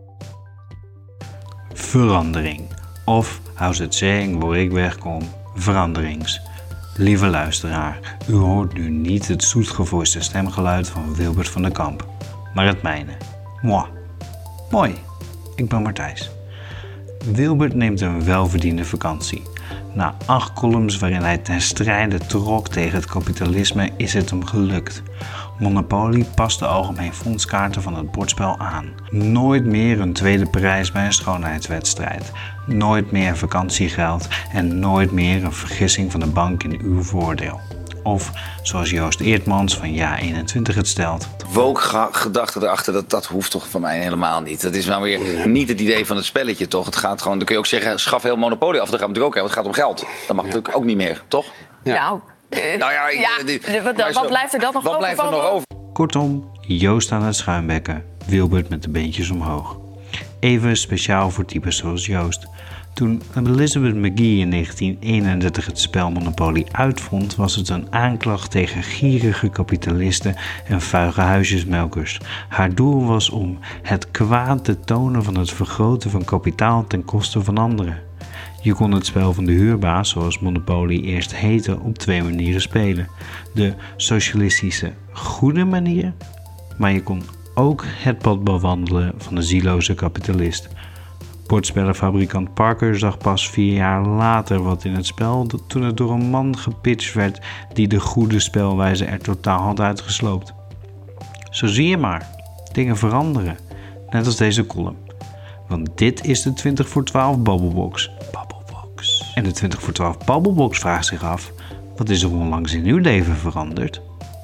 Verandering. Of, hou het saying waar ik wegkom, veranderings. Lieve luisteraar, u hoort nu niet het zoetgevoiste stemgeluid van Wilbert van den Kamp, maar het mijne. Moi. Mooi, ik ben Martijs. Wilbert neemt een welverdiende vakantie. Na 8 columns waarin hij ten strijde trok tegen het kapitalisme is het hem gelukt. Monopoly past de algemeen fondskaarten van het bordspel aan. Nooit meer een tweede prijs bij een schoonheidswedstrijd. Nooit meer vakantiegeld en nooit meer een vergissing van de bank in uw voordeel. Of, zoals Joost Eertmans van Ja21 het stelt. Woke-gedachte erachter, dat hoeft toch van mij helemaal niet. Dat is nou weer niet het idee van het spelletje, toch? Het gaat gewoon, dan kun je ook zeggen, schaf heel Monopoly af. Dan gaan we natuurlijk ook hebben, het gaat om geld. Dat mag natuurlijk ook niet meer, toch? Ja. Wat blijft er dan nog over? Wat blijft er nog over? Kortom, Joost aan het schuimbekken, Wilbert met de beentjes omhoog. Even speciaal voor types zoals Joost. Toen Elizabeth McGee in 1931 het spel Monopoly uitvond, was het een aanklacht tegen gierige kapitalisten en vuige huisjesmelkers. Haar doel was om het kwaad te tonen van het vergroten van kapitaal ten koste van anderen. Je kon het spel van de huurbaas, zoals Monopoly eerst heette, op 2 manieren spelen. De socialistische goede manier, maar je kon ook het pad bewandelen van de zieloze kapitalist. Bordspellenfabrikant Parker zag pas 4 jaar later wat in het spel toen het door een man gepitcht werd die de goede spelwijze er totaal had uitgesloopt. Zo zie je maar, dingen veranderen, net als deze column. Want dit is de 20 voor 12 Babbelbox. En de 20 voor 12 Babbelbox vraagt zich af, wat is er onlangs in uw leven veranderd?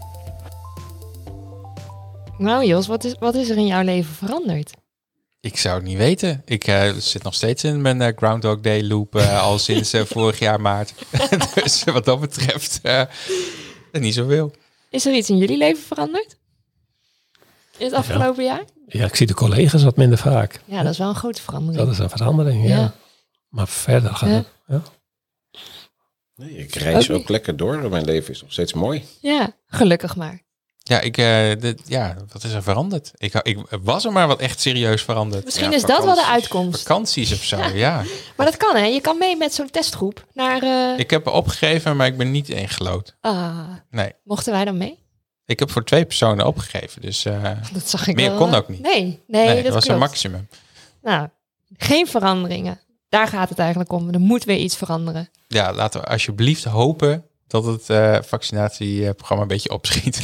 Nou Jos, wat is er in jouw leven veranderd? Ik zou het niet weten. Ik zit nog steeds in mijn Groundhog Day loop al sinds vorig jaar maart. Dus wat dat betreft niet zoveel. Is er iets in jullie leven veranderd? In het afgelopen jaar? Ja, ik zie de collega's wat minder vaak. Ja, dat is wel een grote verandering. Dat is een verandering, ja. Maar verder gaat het. Ja. Nee, ik reis ook lekker door. Mijn leven is nog steeds mooi. Ja, gelukkig maar. Ja, wat is er veranderd? Ik was er maar wat echt serieus veranderd. Misschien is dat wel de uitkomst. Vakanties of zo, ja. Maar dat kan, hè? Je kan mee met zo'n testgroep naar... Ik heb opgegeven, maar ik ben niet ingelood. Nee. Mochten wij dan mee? Ik heb voor 2 personen opgegeven, dus dat zag ik meer wel. kon ook niet. Nee, dat was een maximum. Nou, geen veranderingen. Daar gaat het eigenlijk om. Er moet weer iets veranderen. Ja, laten we alsjeblieft hopen dat het vaccinatieprogramma een beetje opschiet.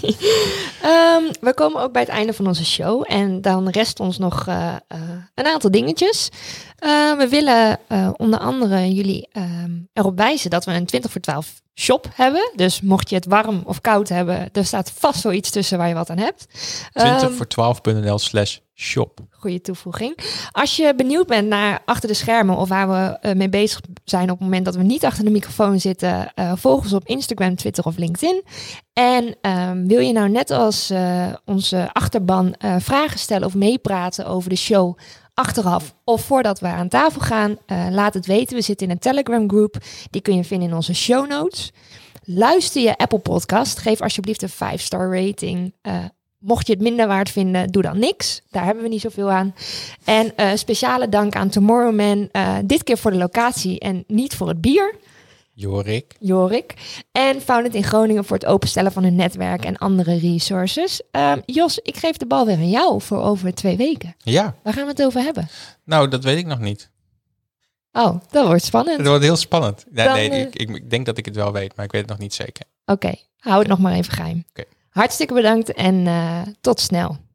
We komen ook bij het einde van onze show. En dan rest ons nog een aantal dingetjes. We willen onder andere jullie erop wijzen dat we een 20 voor 12 shop hebben. Dus mocht je het warm of koud hebben, er staat vast wel iets tussen waar je wat aan hebt. 20voor12.nl/shop. Goeie toevoeging. Als je benieuwd bent naar achter de schermen of waar we mee bezig zijn op het moment dat we niet achter de microfoon zitten, volg ons op Instagram, Twitter of LinkedIn. En wil je nou net als onze achterban vragen stellen of meepraten over de show achteraf of voordat we aan tafel gaan, laat het weten. We zitten in een Telegram groep. Die kun je vinden in onze show notes. Luister je Apple Podcast. Geef alsjeblieft een 5-star rating. Mocht je het minder waard vinden, doe dan niks. Daar hebben we niet zoveel aan. En speciale dank aan Tomorrowman. Dit keer voor de locatie en niet voor het bier. Jorik. En Founded in Groningen voor het openstellen van hun netwerk en andere resources. Jos, ik geef de bal weer aan jou voor over 2 weken. Ja. Waar gaan we het over hebben? Nou, dat weet ik nog niet. Oh, dat wordt spannend. Dat wordt heel spannend. Ik denk dat ik het wel weet, maar ik weet het nog niet zeker. Oké, hou het nog maar even geheim. Okay. Hartstikke bedankt en tot snel.